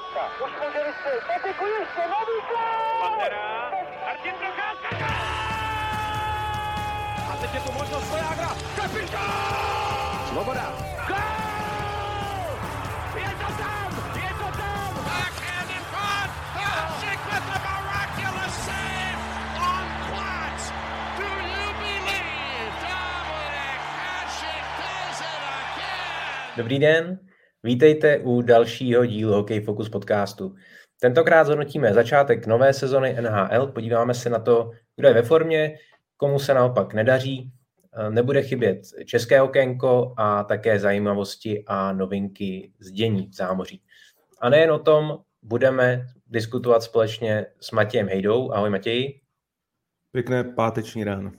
Už může vystřelit, Patiku ještě, nový gól! Pantera, Martin Procházka! A teď je tu možnost Svojágra, kapitán! Svoboda! Gól! Je to tam! Je to tam! Backhand in front! Hasek with the miraculous save on Platz! Do you believe Dominik Hasek does it again? Dobrý den, vítejte u dalšího dílu Hokej Focus podcastu. Tentokrát zhodnotíme začátek nové sezony NHL, podíváme se na to, kdo je ve formě, komu se naopak nedaří, nebude chybět české okénko a také zajímavosti a novinky z dění v zámoří. A nejen o tom budeme diskutovat společně s Matějem Hejdou. Ahoj Matěji. Pěkné páteční ráno.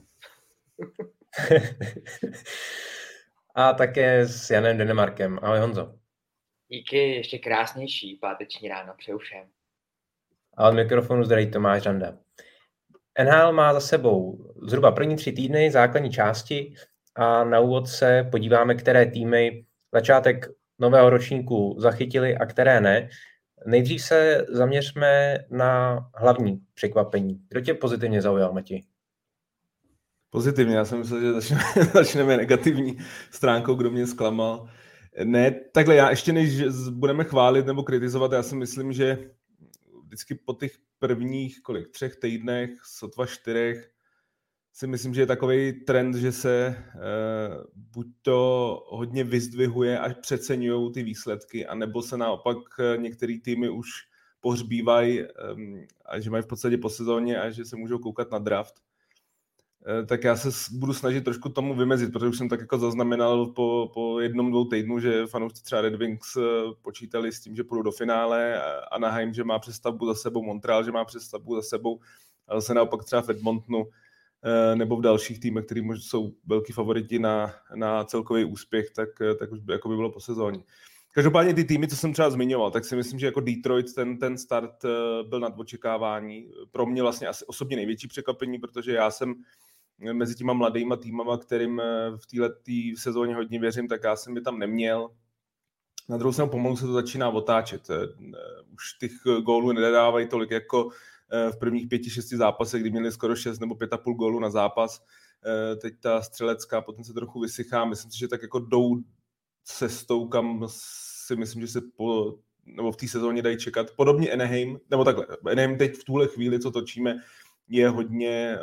A také s Janem Denemarkem. Ahoj Honzo. Díky, ještě krásnější páteční ráno, přeju všem. A od mikrofonu zdraví Tomáš Randa. NHL má za sebou zhruba první 3 týdny základní části a na úvod se podíváme, které týmy začátek nového ročníku zachytili a které ne. Nejdřív se zaměřme na hlavní překvapení. Kdo tě pozitivně zaujal, Matěj? Pozitivně, já jsem myslel, že začneme negativní stránkou, kdo mě zklamal. Ne, takhle já ještě než budeme chválit nebo kritizovat, já si myslím, že vždycky po těch prvních 3 týdnech, sotva 4, si myslím, že je takový trend, že se buď to hodně vyzdvihuje až přeceňují ty výsledky, anebo se naopak některé týmy už pohřbívají a že mají v podstatě po sezóně a že se můžou koukat na draft. Tak já se budu snažit trošku tomu vymezit, protože už jsem tak jako zaznamenal po 1-2 týdnu, že fanoušci třeba Red Wings počítali s tím, že půjdou do finále, Anaheim, že má přestavbu za sebou, Montreal, že má přestavbu za sebou, ale se naopak třeba v Edmontonu nebo v dalších týmech, který možná jsou velký favoriti na celkový úspěch, tak už by, jako by bylo po sezóně. Každopádně ty týmy, co jsem třeba zmiňoval, tak si myslím, že jako Detroit ten start byl nad očekávání. Pro mě vlastně asi osobně největší překvapení, protože já jsem mezi těma mladýma týmama, kterým v této sezóně hodně věřím, tak já jsem je tam neměl. Na druhou stranu pomalu se to začíná otáčet. Už těch gólů nedávají tolik jako v prvních 5-6 zápasech, kdy měli skoro 6 nebo 5,5 gólů na zápas. Teď ta střelecká potom se trochu vysychá. Myslím si, že tak jako jdou cestou, kam si myslím, že se nebo v té sezóně dají čekat. Podobně Anaheim, nebo takhle. Anaheim teď v tuhle chvíli, co točíme, je hodně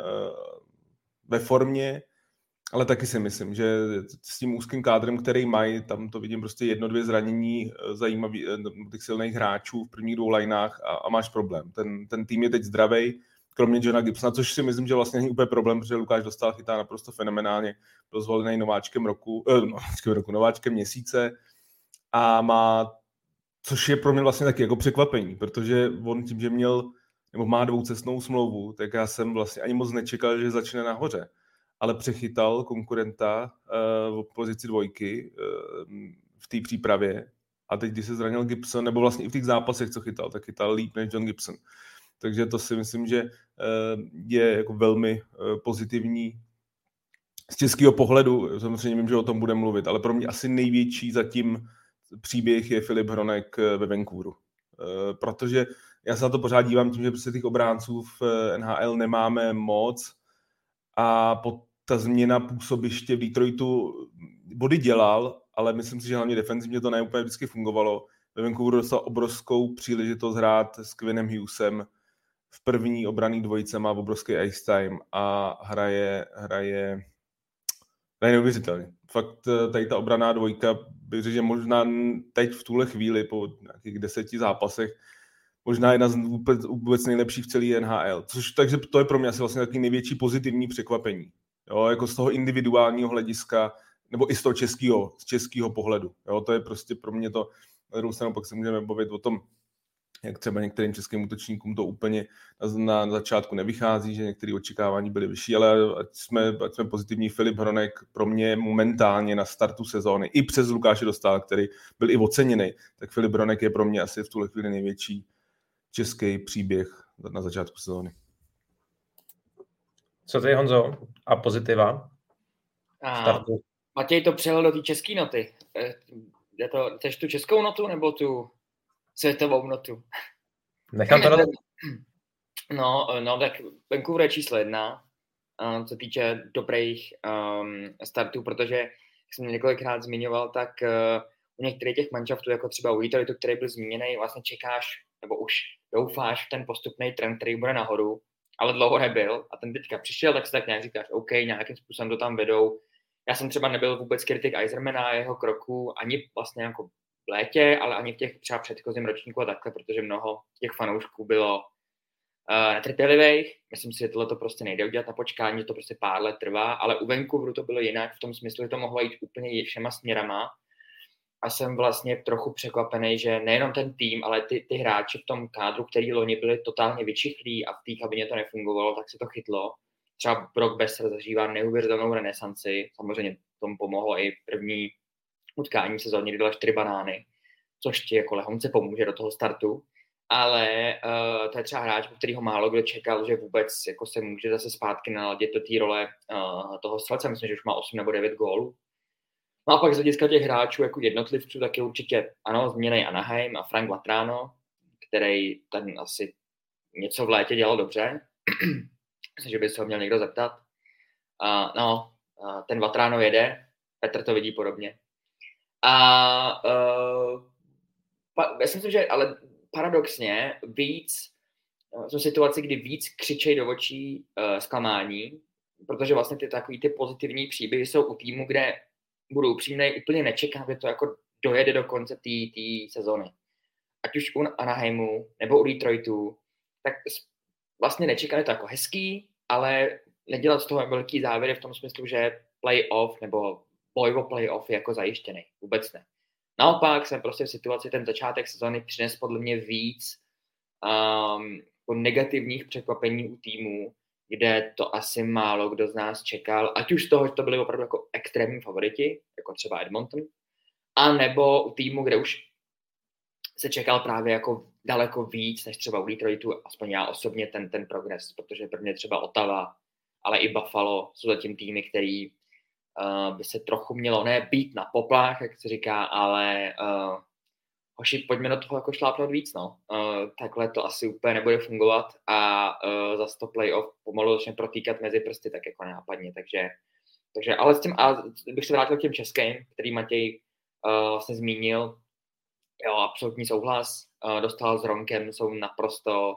ve formě, ale taky si myslím, že s tím úzkým kádrem, který mají, tam to vidím prostě 1-2 zranění zajímavých těch silných hráčů v prvních 2 lineách a máš problém. Ten tým je teď zdravej, kromě Johna Gibsona, což si myslím, že vlastně není úplně problém, protože Lukáš Dostál chytá naprosto fenomenálně, byl zvolený nováčkem měsíce a má, což je pro mě vlastně taky jako překvapení, protože on tím, že má 2cestnou smlouvu, tak já jsem vlastně ani moc nečekal, že začne nahoře, ale přechytal konkurenta v pozici 2 v té přípravě a teď, když se zranil Gibson, nebo vlastně i v těch zápasech, co chytal, tak chytal líp než John Gibson. Takže to si myslím, že je jako velmi pozitivní z českého pohledu. Samozřejmě vím, že o tom budeme mluvit, ale pro mě asi největší zatím příběh je Filip Hronek ve Vancouveru. Protože já se na to pořád dívám tím, že prostě těch obránců v NHL nemáme moc a ta změna působiště v Detroitu body dělal, ale myslím si, že hlavně defenzivně to neúplně vždycky fungovalo. Ve Vancouveru dostal obrovskou příležitost hrát s Quinnem Hughesem v první obranný dvojice, má obrovský ice time a hraje neuvěřitelně. Fakt tady ta obranná dvojka, bych řekl, že možná teď v tuhle chvíli po nějakých 10 zápasech možná jedna z vůbec nejlepších v celé NHL. Takže to je pro mě asi vlastně takový největší pozitivní překvapení. Jo, jako z toho individuálního hlediska, nebo i z toho českého pohledu. Jo, to je prostě pro mě to, na druhou stranu pak se můžeme bavit o tom, jak třeba některým českým útočníkům to úplně na začátku nevychází, že některé očekávání byly vyšší, ale ať jsme pozitivní. Filip Hronek pro mě momentálně na startu sezóny, i přes Lukáše Dostála, který byl i oceněný, tak Filip Hronek je pro mě asi v tuhle chvíli největší český příběh na začátku sezóny. Co ty, Honzo? A pozitiva? Matěj to přelil do té české noty. Chceš tu českou notu nebo tu světovou notu. Nechám to na... No, tak Vancouver je číslo 1, co týče dobrých startů, protože, jak jsem několikrát zmiňoval, tak u některých těch manšaftů, jako třeba u Detroitu, který byl zmíněný, vlastně čekáš, nebo už doufáš v ten postupný trend, který bude nahoru, ale dlouho nebyl a ten teďka přišel, tak si tak nějak říkáš, OK, nějakým způsobem to tam vedou. Já jsem třeba nebyl vůbec kritik Yzermana a jeho kroků, ani vlastně jako v létě, ale ani v těch třeba předchozím ročníku a takhle, protože mnoho těch fanoušků bylo netrpělivých. Myslím si, že tohle to prostě nejde udělat na počkání, že to prostě pár let trvá, ale u Vancouveru to bylo jinak v tom smyslu, že to mohlo jít úplně všema směrama. A jsem vlastně trochu překvapený, že nejenom ten tým, ale ty hráči v tom kádru, který loni byli totálně vyčichlí a v té kabině to nefungovalo, tak se to chytlo. Třeba Brock Besser zažívá neuvěřitelnou renesanci. Samozřejmě tomu pomohlo i první utkání sezóny, kdy dala 4 banány, což ti jako lehonce pomůže do toho startu. Ale to je třeba hráč, po kterýho málo kdo čekal, že vůbec jako se může zase zpátky naladit do té role toho střelce. Myslím, že už má 8 nebo 9 gólů. No a pak z hlediska těch hráčů jako jednotlivců, tak je určitě změněný Anaheim a Frank Vatrano, který ten asi něco v létě dělal dobře. Myslím, že by se ho měl někdo zeptat. Ten Vatrano jede, Petr to vidí podobně. A já si myslím, že ale paradoxně jsou situace, kdy víc křičej do očí zklamání, protože vlastně ty pozitivní příběhy jsou u týmu, kde budu upřímnej, úplně nečekám, že to jako dojede do konce té sezony. Ať už u Anaheimu nebo u Detroitu, tak vlastně nečekám, je to jako hezký, ale nedělat z toho velký závěry v tom smyslu, že playoff nebo boj o playoff je jako zajištěný. Vůbec ne. Naopak jsem prostě v situaci, ten začátek sezony přines podle mě víc negativních překvapení u týmu, kde to asi málo kdo z nás čekal, ať už z toho, že to byly opravdu jako extrémní favoriti, jako třeba Edmonton, a nebo u týmu, kde už se čekal právě jako daleko víc, než třeba u Detroitu, aspoň já osobně ten progres, protože pro mě třeba Ottawa, ale i Buffalo jsou zatím týmy, který by se trochu mělo být na poplách, jak se říká, ale hoši, pojďme do toho jako šlápnout víc, no. Takhle to asi úplně nebude fungovat a zase to playoff pomalu začne protýkat mezi prsty, tak jako nápadně, takže ale s tím, a bych se vrátil k těm českým, který Matěj vlastně zmínil, jo, absolutní souhlas, dostal s Ronkem, jsou naprosto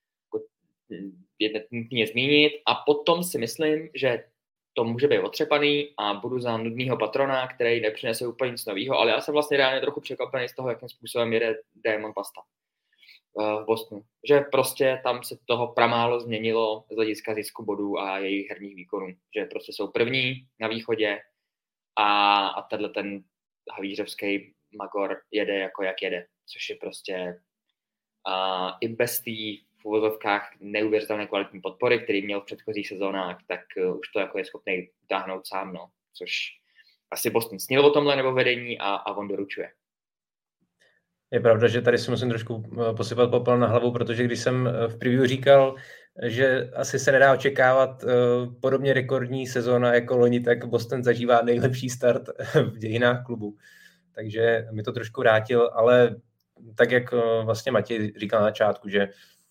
nutné zmínit a potom si myslím, že to může být otřepaný a budu za nudného patrona, který nepřinese úplně nic nového, ale já jsem vlastně reálně trochu překvapený z toho, jakým způsobem jede Diamond Pasta v Bostonu. Že prostě tam se toho pramálo změnilo z hlediska zisku bodů a jejich herních výkonů. Že prostě jsou první na východě a tenhle ten havířovský magor jede jako jak jede, což je prostě i bez té v uvozovkách neuvěřitelné kvalitní podpory, který měl v předchozích sezónách, tak už to jako je schopný utáhnout sám, no. Což asi Boston snil o tomhle nebo vedení a on doručuje. Je pravda, že tady si musím trošku posypat popel na hlavu, protože když jsem v preview říkal, že asi se nedá očekávat podobně rekordní sezóna jako loni, tak Boston zažívá nejlepší start v dějinách klubu. Takže mi to trošku vrátil, ale tak, jak vlastně Matěj říkal na začátku, že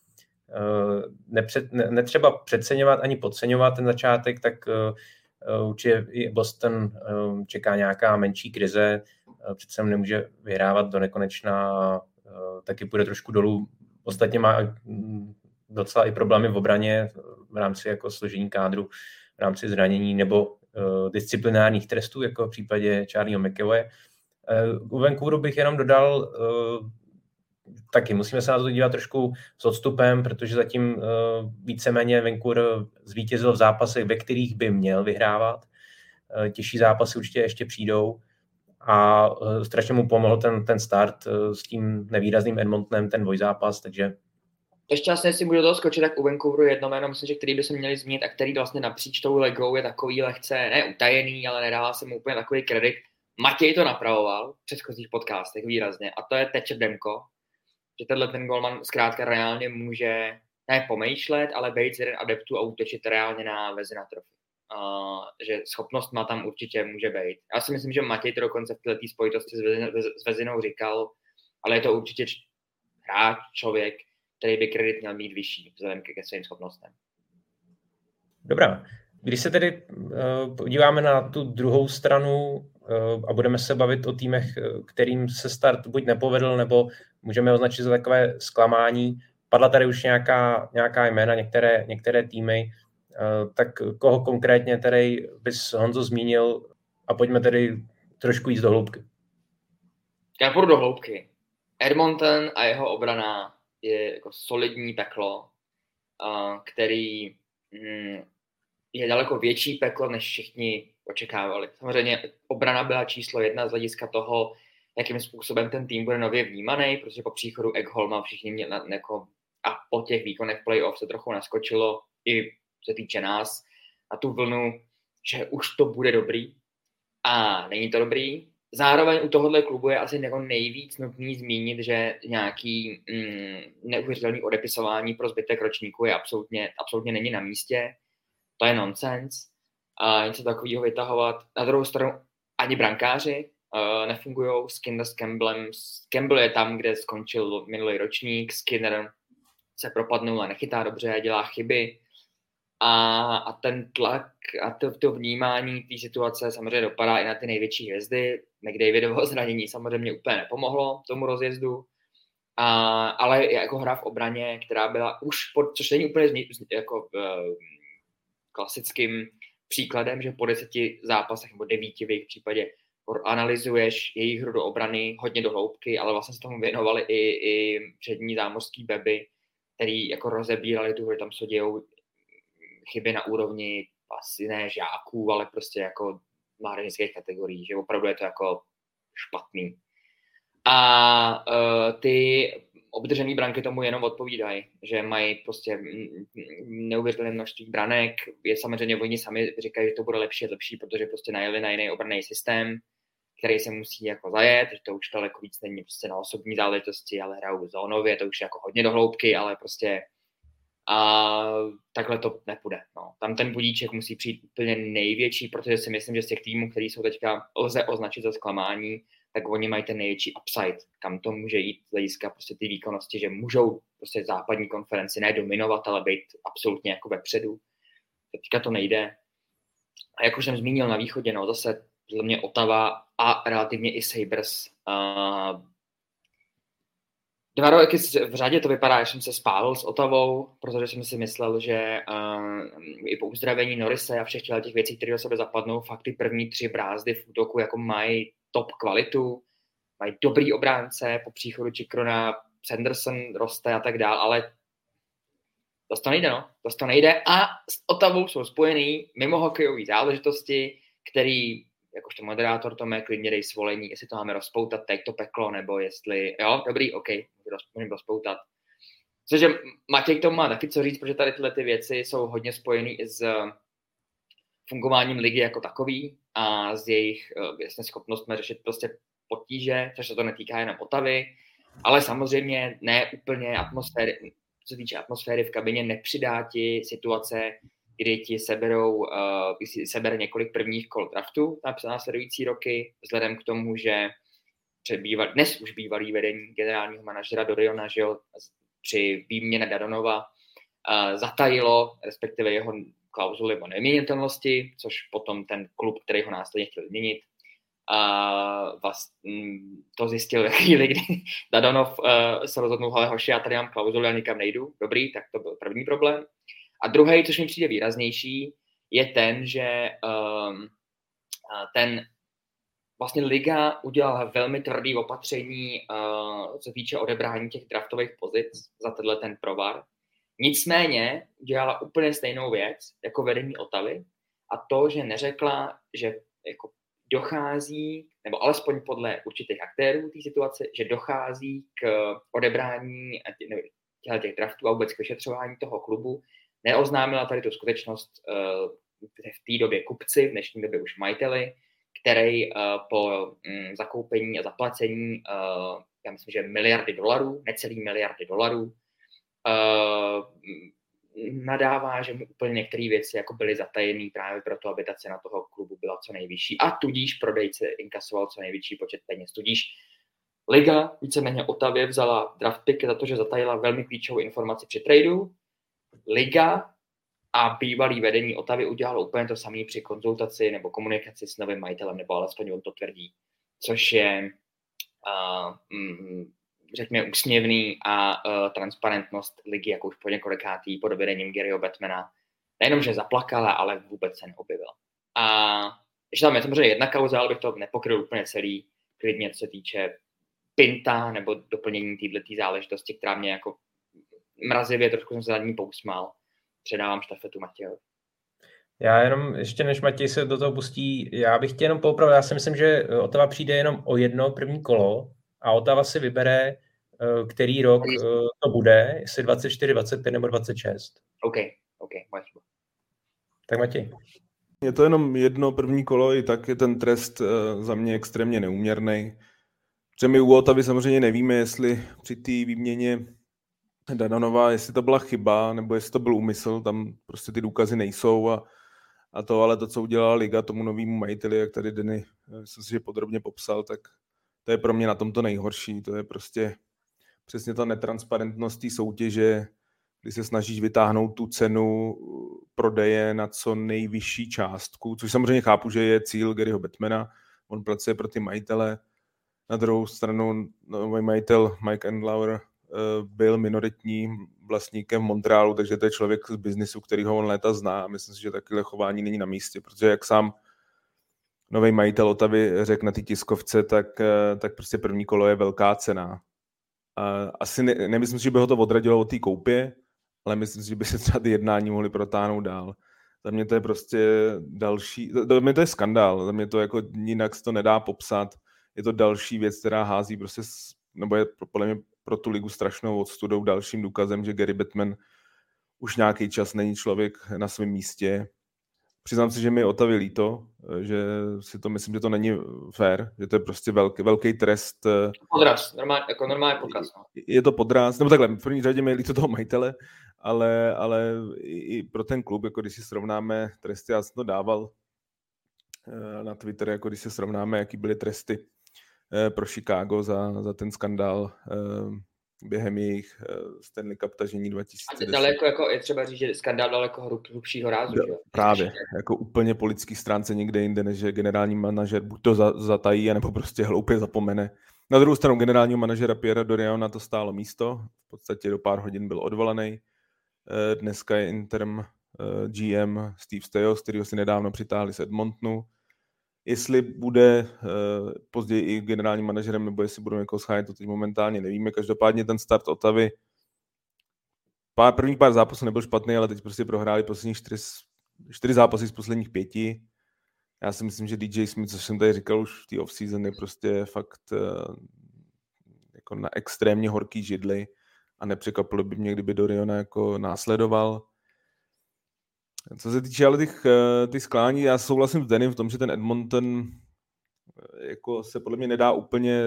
netřeba přeceňovat ani podceňovat ten začátek, tak určitě i Boston čeká nějaká menší krize, přece nemůže vyhrávat do nekonečna, taky půjde trošku dolů. Ostatně má docela i problémy v obraně v rámci jako složení kádru, v rámci zranění nebo disciplinárních trestů, jako v případě Charlieho McAvoye. U Vancouveru bych jenom dodal, taky musíme se na to dívat trošku s odstupem, protože zatím víceméně Vancouver zvítězil v zápasech, ve kterých by měl vyhrávat. Těžší zápasy určitě ještě přijdou a strašně mu pomohl ten start s tím nevýrazným Edmontonem, ten dvojzápas, takže... Ještě vlastně, jestli můžu toho skočit, tak u Vancouveru jedno jméno, myslím, že který by se měli zmínit a který vlastně napříč tou legou je takový lehce, ne utajený, ale nedává se mu úplně takový kredit. Matěj to napravoval v předchozích podcastech výrazně a to je Thatcher Demko, že ten golman zkrátka reálně může ne pomýšlet, ale být z jeden adeptů a útočit reálně na Vezina trofy. Že schopnost má tam určitě může být. Já si myslím, že Matěj to dokonce v této spojitosti s Vezinou říkal, ale je to určitě hráč, člověk, který by kredit měl mít vyšší vzhledem ke svým schopnostem. Dobrá. Když se tedy podíváme na tu druhou stranu a budeme se bavit o týmech, kterým se start buď nepovedl, nebo můžeme označit za takové zklamání, padla tady už nějaká jména, některé týmy, tak koho konkrétně tedy bys, Honzo, zmínil a pojďme tedy trošku jít do hloubky. Já půjdu do hloubky. Edmonton a jeho obrana je jako solidní peklo, který je daleko větší peklo, než všichni očekávali. Samozřejmě obrana byla číslo 1 z hlediska toho, jakým způsobem ten tým bude nově vnímaný, protože po příchodu Ekholma všichni měli jako, a po těch výkonech playoff se trochu naskočilo i se týče nás na tu vlnu, že už to bude dobrý a není to dobrý. Zároveň u tohohle klubu je asi jako nejvíc nutný zmínit, že nějaký neuvěřitelný odepisování pro zbytek ročníku je absolutně není na místě. To je nonsens. Něco takového vytahovat. Na druhou stranu ani brankáři nefungujou. Skinner s Campbellem. Campbell je tam, kde skončil minulý ročník. Skinner se propadnul a nechytá dobře, dělá chyby. A ten tlak a to vnímání té situace samozřejmě dopadá i na ty největší hvězdy. McDavidovo zranění samozřejmě úplně nepomohlo tomu rozjezdu. Ale jako hra v obraně, která byla už, což není úplně jako klasickým příkladem, že po 10 zápasech nebo 9 v jejich případě analyzuješ jejich hru do obrany hodně do hloubky, ale vlastně se tomu věnovali i přední zámořský beby, který jako rozebírali tu hru, tam se dějou chyby na úrovni asi ne žáků, ale prostě jako mládežnických kategorií, že opravdu je to jako špatný. A ty obdržený branky tomu jenom odpovídají, že mají prostě neuvěřitelné množství branek. Je samozřejmě, oni sami říkají, že to bude lepší, protože prostě najeli na jiný obranný systém, který se musí jako zajet, že to už daleko víc není prostě na osobní záležitosti, ale hrajou zónově, to už je jako hodně do hloubky, ale prostě a takhle to nepůjde. No. Tam ten budíček musí přijít úplně největší, protože si myslím, že z těch týmů, který jsou teďka lze označit za zklamání, tak oni mají ten největší upside, kam to může jít z hlediska prostě ty výkonnosti, že můžou prostě západní konferenci ne dominovat, ale být absolutně jako vepředu. Teďka to nejde. A jak už jsem zmínil na východě, no zase podle mě Ottawa a relativně i Sabres. 2 roky v řadě to vypadá, že jsem se spálil s Ottawou, protože jsem si myslel, že i po uzdravení Norrise a všech těch věcí, které do sebe zapadnou, fakt ty první 3 brázdy v útoku jako mají top kvalitu, mají dobrý obránce, po příchodu Chikrona, Sanderson roste a tak dál, ale to nejde, no. To nejde a s Ottawou jsou spojený mimo hokejové záležitosti, který jakožto moderátor Tome, klidně dej svolení, jestli to máme rozpoutat teď to peklo, nebo jestli, jo, dobrý, OK, můžeme rozpoutat. Cože Matěj k tomu má taky co říct, protože tady tyhle ty věci jsou hodně spojený i s fungováním ligy jako takový a s jejich jasně schopnostmi řešit prostě potíže, což se to netýká jenom Ottavy, ale samozřejmě ne úplně atmosféry, co se týče atmosféry v kabině, nepřidá ti situace, kdy ti sebere několik prvních kol draftu na následující roky, vzhledem k tomu, že dnes už bývalý vedení generálního manažera Doriona, že jo, při výměně Dadonova zatajilo, respektive jeho klauzuly o neměnitelnosti, což potom ten klub, který ho následně chtěl změnit, to zjistil ve chvíli, kdy Dadonov se rozhodnul, hele hoši, já tady mám klauzuli a nikam nejdu, dobrý, tak to byl první problém. A druhý, což mi přijde výraznější, je ten, že ten vlastně liga udělala velmi tvrdý opatření, co se týče odebrání těch draftových pozic za tenhle ten provar. Nicméně udělala úplně stejnou věc jako vedení Ottavy a to, že neřekla, že jako dochází, nebo alespoň podle určitých aktérů té situace, že dochází k odebrání těch draftů a vůbec k vyšetřování toho klubu. Neoznámila tady tu skutečnost v té době kupci, v dnešní době už majiteli, který po zakoupení a zaplacení, já myslím, že miliardy dolarů, necelý miliardy dolarů, nadává, že mu úplně některé věci jako byly zatajené právě proto, aby ta cena toho klubu byla co nejvyšší a tudíž prodejce inkasoval co největší počet peněz. Tudíž Liga víceméně Otavě vzala draft pick za to, že zatajila velmi klíčovou informaci při tradu. Liga a bývalý vedení Otavy udělalo úplně to samé při konzultaci nebo komunikaci s novým majitelem, nebo alespoň on to tvrdí, což je řekněme úsměvný a transparentnost ligy, jako už po několikátý pod vedením Garyho Bettmana, nejenom, že zaplakala, ale vůbec se neobjevila. A ještě tam je samozřejmě jedna kauza, ale bych to nepokryl úplně celý, klidně co se týče Pinta nebo doplnění této záležitosti, která mě jako mrazivě trošku jsem se za ní pousmál. Předávám štafetu Matějovi. Já jenom, ještě než Matěj se do toho pustí, já bych tě jenom poupravil, já si myslím, že Otava přijde jenom o jedno první kolo a Otava si vybere, který rok to bude, jestli 24, 25 nebo 26. OK. Tak Matěj. Je to jenom jedno první kolo, i tak je ten trest za mě extrémně neúměrný. Protože my u Otavy samozřejmě nevíme, jestli při té výměně Danonova, jestli to byla chyba, nebo jestli to byl úmysl, tam prostě ty důkazy nejsou ale to, co udělala liga tomu novému majiteli, jak tady Denny jsem si podrobně popsal, tak to je pro mě na tom to nejhorší. To je prostě přesně ta netransparentnost té soutěže, kdy se snažíš vytáhnout tu cenu prodeje na co nejvyšší částku, což samozřejmě chápu, že je cíl Garyho Bettmana, on pracuje pro ty majitele. Na druhou stranu nový majitel Mike Andlauer byl minoritním vlastníkem v Montrealu, takže to je člověk z biznisu, kterýho on léta zná. Myslím si, že takové chování není na místě, protože jak sám nový majitel Otavy řekl na té tiskovce, tak prostě první kolo je velká cena. Asi nemyslím si, že by ho to odradilo od té koupě, ale myslím si, že by se třeba ty jednání mohly protáhnout dál. Za mě to je prostě za mě to je skandál, za mě to jako jinak se to nedá popsat. Je to další věc, která hází prostě, nebo je podle mě pro tu ligu strašnou odstudou, dalším důkazem, že Gary Bettman už nějaký čas není člověk na svém místě. Přiznám si, že mi Otavě líto, že si to myslím, že to není fair, že to je prostě velký trest. Podraz, normálně podraz. No. Je to podraz, nebo takhle, v první řadě mi líto toho majitele, ale i pro ten klub, jako když si srovnáme tresty, já jsem to dával na Twitter, jako když si srovnáme, jaký byly tresty pro Chicago za ten skandál během jejich Stanley Cup tažení 2010. A daleko jako je třeba říct, že skandál daleko hrubšího rázu. Právě, jako úplně po lidský stránce někde jinde, než že generální manažer buď to zatají, anebo prostě hloupě zapomene. Na druhou stranu generálního manažera Pierre Doriona to stálo místo, v podstatě do pár hodin byl odvolaný. Dneska je interim GM Steve Staios, kterýho si nedávno přitáhli z Edmontonu. Jestli bude později i generálním manažerem, nebo jestli budou někoho schájet, to teď momentálně nevíme. Každopádně ten start Otavy, prvních pár zápasů nebyl špatný, ale teď prostě prohráli posledních 4 zápasy z posledních 5. Já si myslím, že DJ Smith, což jsem tady říkal už v té off-season, je prostě fakt jako na extrémně horký židli a nepřekvapilo by mě, kdyby Doriona jako následoval. Co se týče ale ty sklání, já souhlasím s Denim v tom, že ten Edmonton jako se podle mě nedá úplně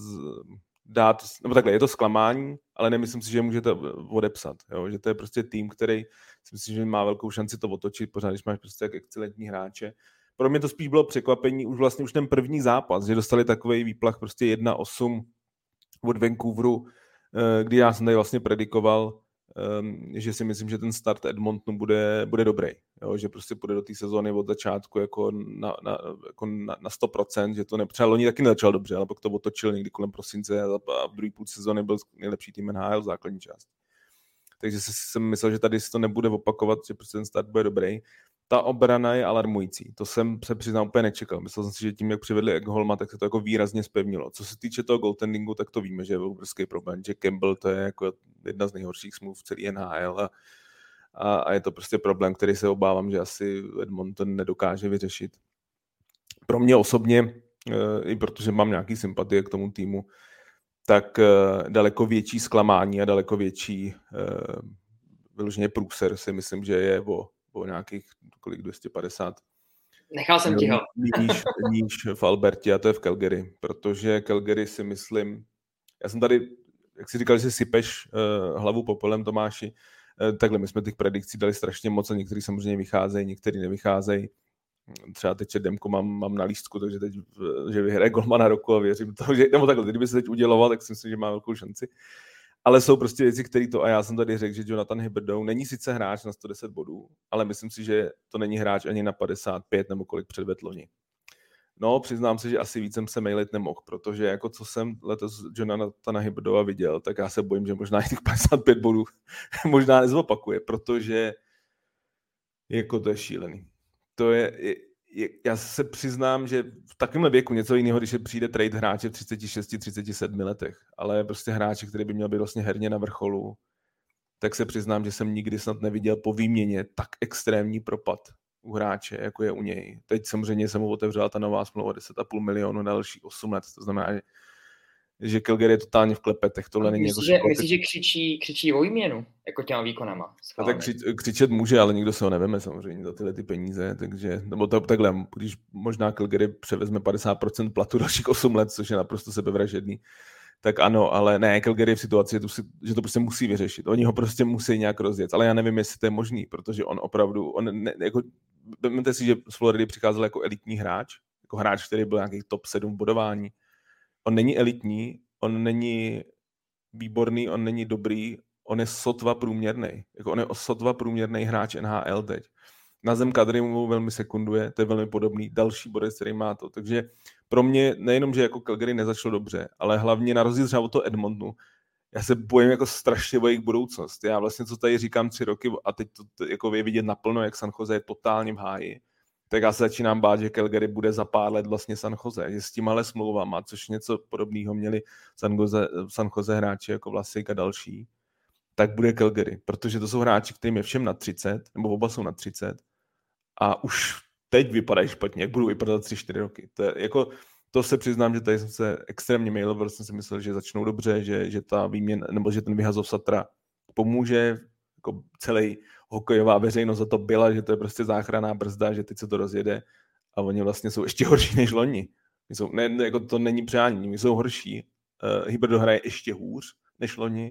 dát, nebo takhle, je to zklamání, ale nemyslím si, že můžete odepsat, jo? Že to je prostě tým, který si myslím, že má velkou šanci to otočit, pořád, když máš prostě tak excelentní hráče. Pro mě to spíš bylo překvapení, už ten první zápas, že dostali takovej výplach prostě 1-8 od Vancouveru, kdy já jsem tady vlastně predikoval, že si myslím, že ten start Edmontonu bude dobrý, jo? Že prostě půjde do té sezóny od začátku jako na 100%, že to třeba loni taky nezačal dobře, ale pak to otočil někdy kolem prosince a v druhé půl sezóny byl nejlepší tým NHL v základní části. Takže jsem myslel, že tady se to nebude opakovat, že prostě ten start bude dobrý. Ta obrana je alarmující, to jsem se přiznám úplně nečekal. Myslel jsem si, že tím, jak přivedli Ekholma, tak se to jako výrazně zpevnilo. Co se týče toho goaltendingu, tak to víme, že je obrovský problém. Jack Campbell, to je jako jedna z nejhorších smluv v celé NHL a je to prostě problém, který se obávám, že asi Edmonton nedokáže vyřešit. Pro mě osobně, i protože mám nějaký sympatie k tomu týmu, tak daleko větší zklamání a daleko větší vyloženě průser si myslím, že je o nějakých 250. Nechal jsem ti ho. níž v Albertě, a to je v Calgary, protože Calgary si myslím, já jsem tady, jak jsi říkal, že si sypeš hlavu popelem, Tomáši, takhle my jsme těch predikcí dali strašně moc a některý samozřejmě vycházejí, některý nevycházejí. třeba teď Demko mám na lístku, takže teď, že vyhraje golmana roku a věřím to, že, nebo takhle, kdyby se teď uděloval, tak si myslím, že má velkou šanci. Ale jsou prostě věci, které to, a já jsem tady řekl, že Jonathan Huberdeau není sice hráč na 110 bodů, ale myslím si, že to není hráč ani na 55 nebo kolik předvedl loni. No, přiznám se, že asi víc jsem se mailit nemohl, protože jako co jsem letos Jonathana Huberdeaua viděl, tak já se bojím, že možná i těch 55 bodů možná nezopakuje, protože jako to je šílený. To je, já se přiznám, že v takovémhle věku něco jiného, když přijde trade hráče v 36-37 letech, ale prostě hráče, který by měl být vlastně herně na vrcholu, tak se přiznám, že jsem nikdy snad neviděl po výměně tak extrémní propad u hráče, jako je u něj. Teď samozřejmě se mu otevřela ta nová smlouva 10,5 milionu na další 8 let, to znamená, že Calgary je totálně v klepetech. Tohle není Myslíš, že křičí o výměnu, jako těma výkonama? A tak křičet může, ale nikdo se ho neveme samozřejmě za tyhle ty peníze, takže, nebo takhle, když možná Calgary převezme 50% platu dalších 8 let, což je naprosto sebevražedný, tak ano, ale ne, Calgary je v situaci, že to prostě musí vyřešit. Oni ho prostě musí nějak rozjet, ale já nevím, jestli to je možný, protože on opravdu, jako, vemte si, že z Floridy přicházel jako elitní hráč, jako hráč, který byl nějaký top 7 v bodování. On není elitní, on není výborný, on není dobrý, on je sotva průměrný. Jako on je sotva průměrný hráč NHL teď. Na zem Kadri mu velmi sekunduje, to je velmi podobný. Další bodec, který má to. Takže pro mě nejenom, že jako Calgary nezačalo dobře, ale hlavně na rozdíl třeba od toho Edmontonu, já se bojím jako strašně o jejich budoucnost. Já vlastně, co tady říkám 3 roky a teď to jako je vidět naplno, jak San Jose je totálně v háji, tak já se začínám bát, že Calgary bude za pár let vlastně San Jose, že s těmahle smlouvama, což něco podobného měli San Jose hráči jako Vlasic a další, tak bude Calgary, protože to jsou hráči, kterým je všem na 30, nebo oba jsou na 30 a už teď vypadají špatně, jak budou vypadat 3-4 roky. To se přiznám, že tady jsem se extrémně mailil, protože jsem si myslel, že začnou dobře, že ta výměna, nebo že ten vyhazov Satra pomůže, jako celý hokejová veřejnost za to byla, že to je prostě záchranná brzda, že teď se to rozjede a oni vlastně jsou ještě horší než loni. Jako to není přání, oni jsou horší. Huberdeau hraje ještě hůř než loni.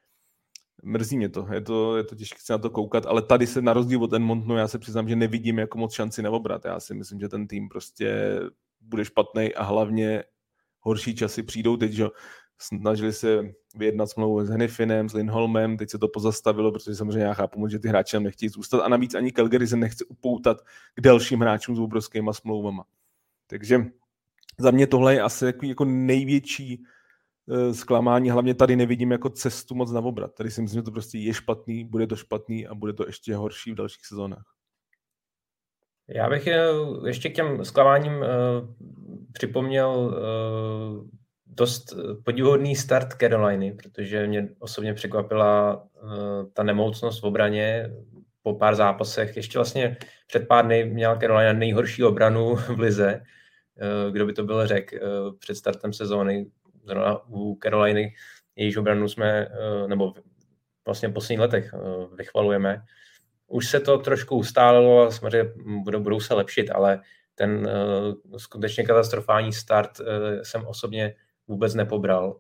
Mrzí mě to, je to těžké se na to koukat, ale tady se na rozdíl od Edmontonu já se přiznám, že nevidím jako moc šanci na obrat. Já si myslím, že ten tým prostě bude špatný a hlavně horší časy přijdou teď, že snažili se vyjednat smlouvu s Hannifinem, s Lindholmem, teď se to pozastavilo, protože samozřejmě já chápu, že ty hráči tam nechtějí zůstat a navíc ani Calgary se nechce upoutat k dalším hráčům s obrovskýma smlouvama. Takže za mě tohle je asi jako největší zklamání, hlavně tady nevidím jako cestu moc na obrat. Tady si myslím, že to prostě je špatný, bude to špatný a bude to ještě horší v dalších sezónách. Já bych ještě k těm zklamáním připomněl dost podivuhodný start Caroliny, protože mě osobně překvapila ta nemocnost v obraně po pár zápasech. Ještě vlastně před pár dny měla Carolina nejhorší obranu v lize. Kdo by to byl řekl před startem sezóny. Zrovna u Caroliny jejíž obranu jsme, nebo vlastně v posledních letech vychvalujeme. Už se to trošku ustálilo a samozřejmě budou se lepšit, ale ten skutečně katastrofální start jsem osobně vůbec nepobral.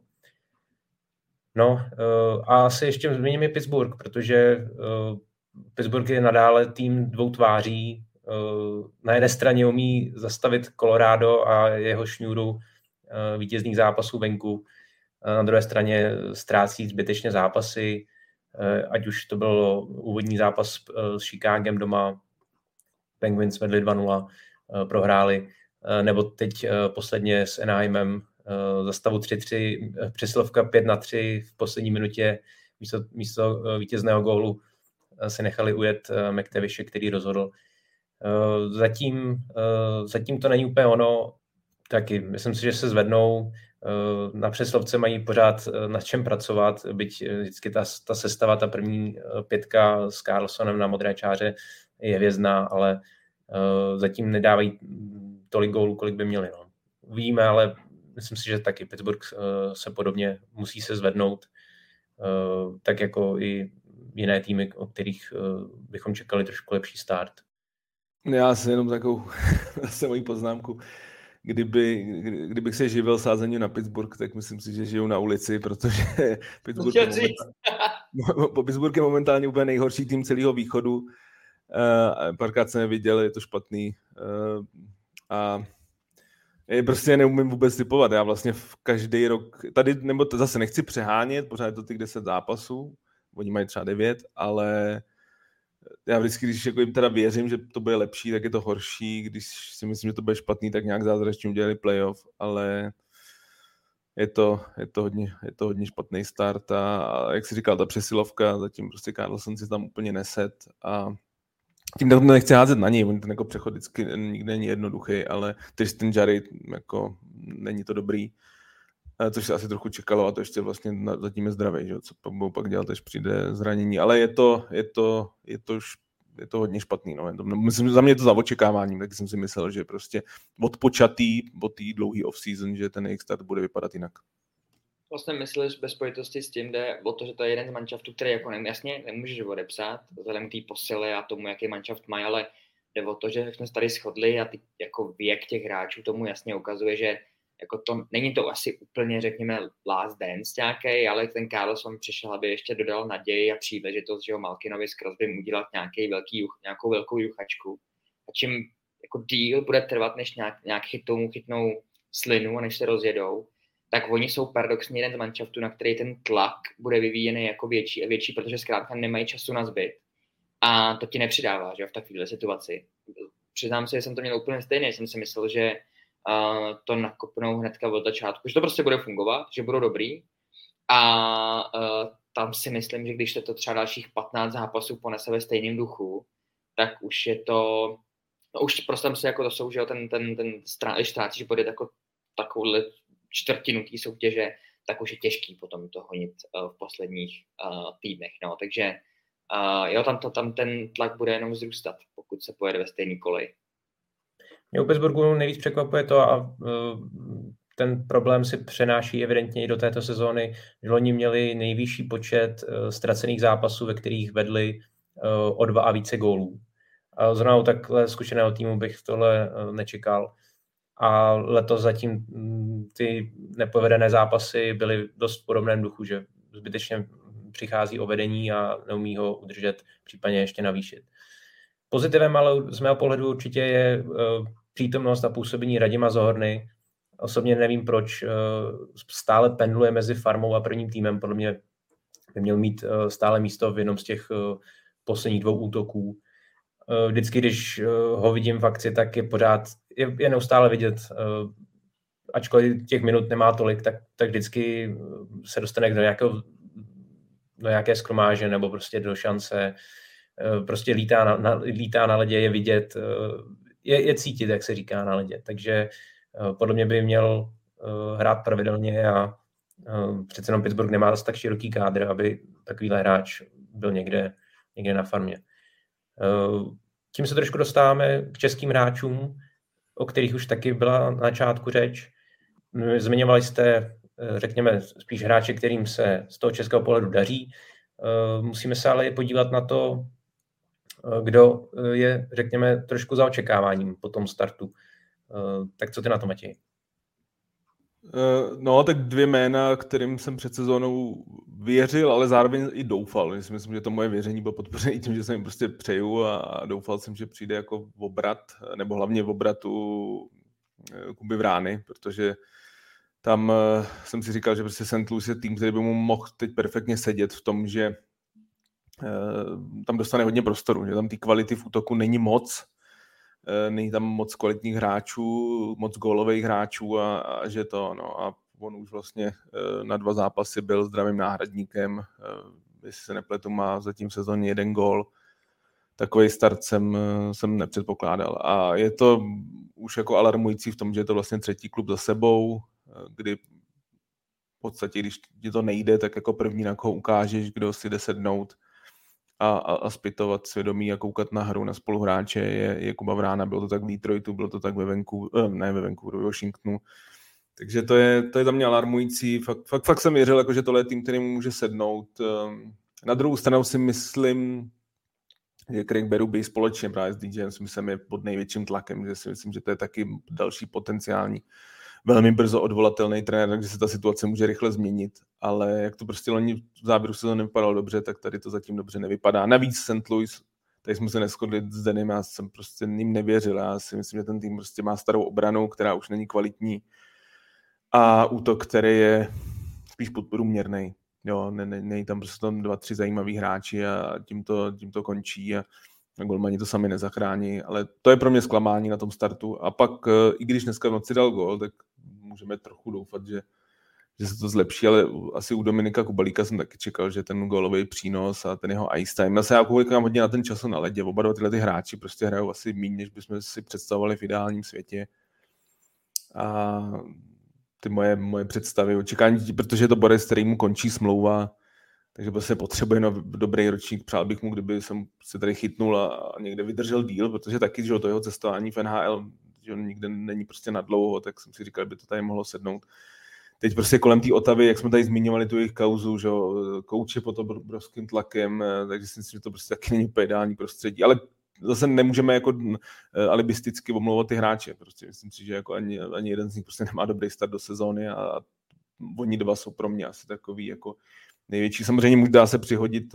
No a asi ještě zmíním i Pittsburgh, protože Pittsburgh je nadále tým dvou tváří. Na jedné straně umí zastavit Colorado a jeho šňůru vítězných zápasů venku. Na druhé straně ztrácí zbytečně zápasy, ať už to byl úvodní zápas s Chicagem doma, Penguins vedli 2-0, prohráli, nebo teď posledně s Anaheimem za stavu 3-3, přesilovka 5-3 v poslední minutě místo vítězného gólu si nechali ujet McTavishe, který rozhodl. Zatím to není úplně ono, taky myslím si, že se zvednou. Na přeslovce mají pořád nad čem pracovat, byť vždycky ta sestava, ta první 5 s Carlsonem na modré čáře je hvězdná, ale zatím nedávají tolik gólů, kolik by měli. No. Uvidíme, ale myslím si, že taky Pittsburgh se podobně musí se zvednout, tak jako i jiné týmy, o kterých bychom čekali trošku lepší start. Já si jenom takovou zase moji poznámku. Kdybych se živil sázením na Pittsburgh, tak myslím si, že žiju na ulici, protože Pittsburgh je momentálně úplně nejhorší tým celého východu. Párkrát jsem je viděl, je to špatný. A prostě neumím vůbec typovat. Já vlastně v každý rok, tady, nebo zase nechci přehánět, pořád je to těch 10 zápasů, oni mají třeba 9, ale já vždycky, když jako jim teda věřím, že to bude lepší, tak je to horší. Když si myslím, že to bude špatný, tak nějak zázračně udělali playoff, ale je to hodně špatný start a jak jsi říkal, ta přesilovka, zatím prostě Karlsson si tam úplně neset a tím to nechci házet na něj, on ten jako přechod vždycky nikdy není jednoduchý, ale ten Jarry, jako není to dobrý, což se asi trochu čekalo a to ještě vlastně zatím je zdravý, že? Co budou pak dělat, až přijde zranění, ale je to hodně špatný, no. Myslím, za mě je to za očekáváním, tak jsem si myslel, že prostě odpočatý od té dlouhý off-season, že ten jejich start bude vypadat jinak. Vlastně myslíš bez spojitosti s tím, jde o to, že to je jeden z manšaftů, který jako jasně nemůžeš odepsat, vzhledem k té posily a tomu, jaký manšaft mají, ale jde o to, že jsme se tady shodli a ty, jako věk těch hráčů tomu jasně ukazuje, že jako to, není to asi úplně, řekněme, last dance nějaký, ale ten Karlsson přišel, aby ještě dodal naději a příležitost, že ho Malkinovi s Crosbym udělat nějakou velkou juchačku. A čím jako díl bude trvat, než nějak chytnou slinu a než se rozjedou, tak oni jsou paradoxně jeden z manšaftů, na který ten tlak bude vyvíjený jako větší a větší, protože zkrátka nemají času na zbyt. A to ti nepřidává, že v takovéhle situaci. Přiznám se, že jsem to měl úplně stejně, jsem si myslel, že to nakopnou hnedka od začátku, že to prostě bude fungovat, že budou dobrý a tam si myslím, že když se to třeba dalších 15 zápasů ponese ve stejném duchu, tak už je to, no už prostě tam se jako to jsou, že ten ztrácí, že bude takovouhle čtvrtinu té soutěže, tak už je těžký potom to honit v posledních týdnech, no, takže jo, tam ten tlak bude jenom vzrůstat, pokud se pojede ve stejný koleji. Mě u Pittsburghu nejvíc překvapuje to a ten problém si přenáší evidentně i do této sezóny, že oni měli nejvyšší počet ztracených zápasů, ve kterých vedli o 2 a více gólů. A zrovna takhle zkušeného týmu bych tohle nečekal. A letos zatím ty nepovedené zápasy byly dost v podobném duchu, že zbytečně přichází o vedení a neumí ho udržet, případně ještě navýšit. Pozitivem ale z mého pohledu určitě je přítomnost a působení Radima Zohorny. Osobně nevím, proč stále pendluje mezi farmou a prvním týmem. Podle mě by měl mít stále místo v jednom z těch posledních 2 útoků. Vždycky, když ho vidím v akci, tak je pořád, je neustále vidět, ačkoliv těch minut nemá tolik, tak vždycky se dostane do nějaké skromáže nebo prostě do šance. Prostě lítá na ledě, je vidět, je cítit, jak se říká, na ledě. Takže podle mě by měl hrát pravidelně a přece jenom Pittsburgh nemá tak široký kádr, aby takovýhle hráč byl někde na farmě. Tím se trošku dostáváme k českým hráčům, o kterých už taky byla na začátku řeč. Zmiňovali jste, řekněme, spíš hráče, kterým se z toho českého pohledu daří. Musíme se ale podívat na to, kdo je, řekněme, trošku za očekáváním po tom startu. Tak co ty na to, Matěj? No, tak 2 jména, kterým jsem před sezónou věřil, ale zároveň i doufal. Já si myslím, že to moje věření bylo podpořené tím, že jsem jim prostě přeju a doufal jsem, že přijde jako obrat, nebo hlavně v obratu Kuby Vrány, protože tam jsem si říkal, že prostě St. Louis je tým, který by mu mohl teď perfektně sedět v tom, že tam dostane hodně prostoru, že tam ty kvality v útoku není moc, není tam moc kvalitních hráčů, moc gólových hráčů a že to, no a on už vlastně na 2 zápasy byl zdravým náhradníkem, jestli se nepletu, má zatím v sezóně 1 gól. Takový start jsem nepředpokládal a je to už jako alarmující v tom, že je to vlastně 3. klub za sebou, kdy v podstatě, když ti to nejde, tak jako první na koho ukážeš, kdo si jde sednout a zpytovat svědomí a koukat na hru na spoluhráče je Kuba Vrána. Bylo to tak v Detroitu, bylo to tak ve Washingtonu. Takže to je za mě alarmující. Fakt jsem věřil, jako, že tohle je tým, který může sednout. Na druhou stranu si myslím, že Craig Berube společně právě s DJem Smithem je pod největším tlakem, že si myslím, že to je taky další potenciální velmi brzo odvolatelný trenér, takže se ta situace může rychle změnit, ale jak to prostě loni v závěru sezóny vypadalo dobře, tak tady to zatím dobře nevypadá. Navíc St. Louis tady jsme se neshodli s Denim, já jsem prostě ním nevěřil. Já si myslím, že ten tým prostě má starou obranu, která už není kvalitní a útok, který je spíš podprůměrný. Jo, není tam prostě tam 2-3 zajímaví hráči a tím to končí a golmani to sami nezachrání, ale to je pro mě zklamání na tom startu. A pak, i když dneska v noci dal gól, tak můžeme trochu doufat, že se to zlepší, ale asi u Dominika Kubalíka jsem taky čekal, že ten gólový přínos a ten jeho ice time. Já koukám hodně na ten čas na ledě. Oba dva tyhle ty hráči prostě hrajou asi méně, než bychom si představovali v ideálním světě. A ty moje představy, očekání, protože je to borec, kterýmu končí smlouva, takže prostě potřebuje dobrý ročník. Přál bych mu, kdyby jsem se tady chytnul a někde vydržel díl, protože taky, že to jeho cestování v NHL, že on nikde není prostě na dlouho, tak jsem si říkal, by to tady mohlo sednout. Teď prostě kolem té Otavy, jak jsme tady zmiňovali tu jejich kauzu, že kouč je pod obrovským tlakem, takže si myslím, že to prostě taky není úplně ideální prostředí. Ale zase nemůžeme jako alibisticky omlouvat ty hráče. Prostě myslím si, že jako ani jeden z nich prostě nemá dobrý start do sezóny a oni dva jsou pro mě asi takový jako největší. Samozřejmě dá se přihodit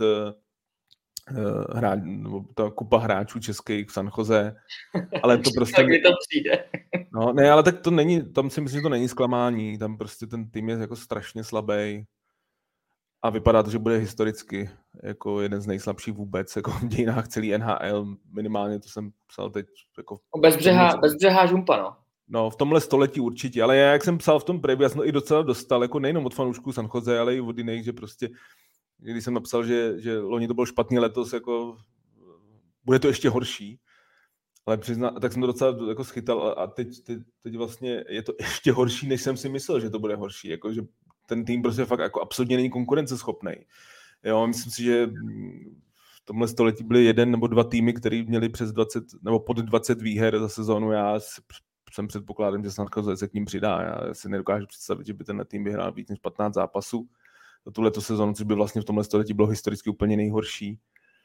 ta kupa hráčů českých v San Jose, ale to prostě... Tak mi to přijde. No, ne, ale tak to není, tam si myslím, že to není zklamání, tam prostě ten tým je jako strašně slabý a vypadá to, že bude historicky jako jeden z nejslabších vůbec, jako v dějinách celý NHL, minimálně to jsem psal teď. Jako Bezbřehá žumpa, no. No, v tomhle století určitě, ale já, jak jsem psal v tom preview, já jsem to i docela dostal, jako nejenom od fanoušků San Jose, ale i od jiných, že prostě, když jsem napsal, že loni to bylo špatný, letos jako bude to ještě horší, ale tak jsem to docela jako schytal a teď vlastně je to ještě horší, než jsem si myslel, že to bude horší, jako, že ten tým prostě fakt jako absolutně není konkurenceschopný. Jo, myslím si, že v tomhle století byly 1 nebo 2 týmy, který měli přes 20 nebo pod 20 výher za sezónu. Já jsem předpokládám, že San Jose se k ním přidá. Já si nedokážu představit, že by tenhle tým vyhrál víc než 15 zápasů za tuhleto sezónu, což by vlastně v tomhle století bylo historicky úplně nejhorší.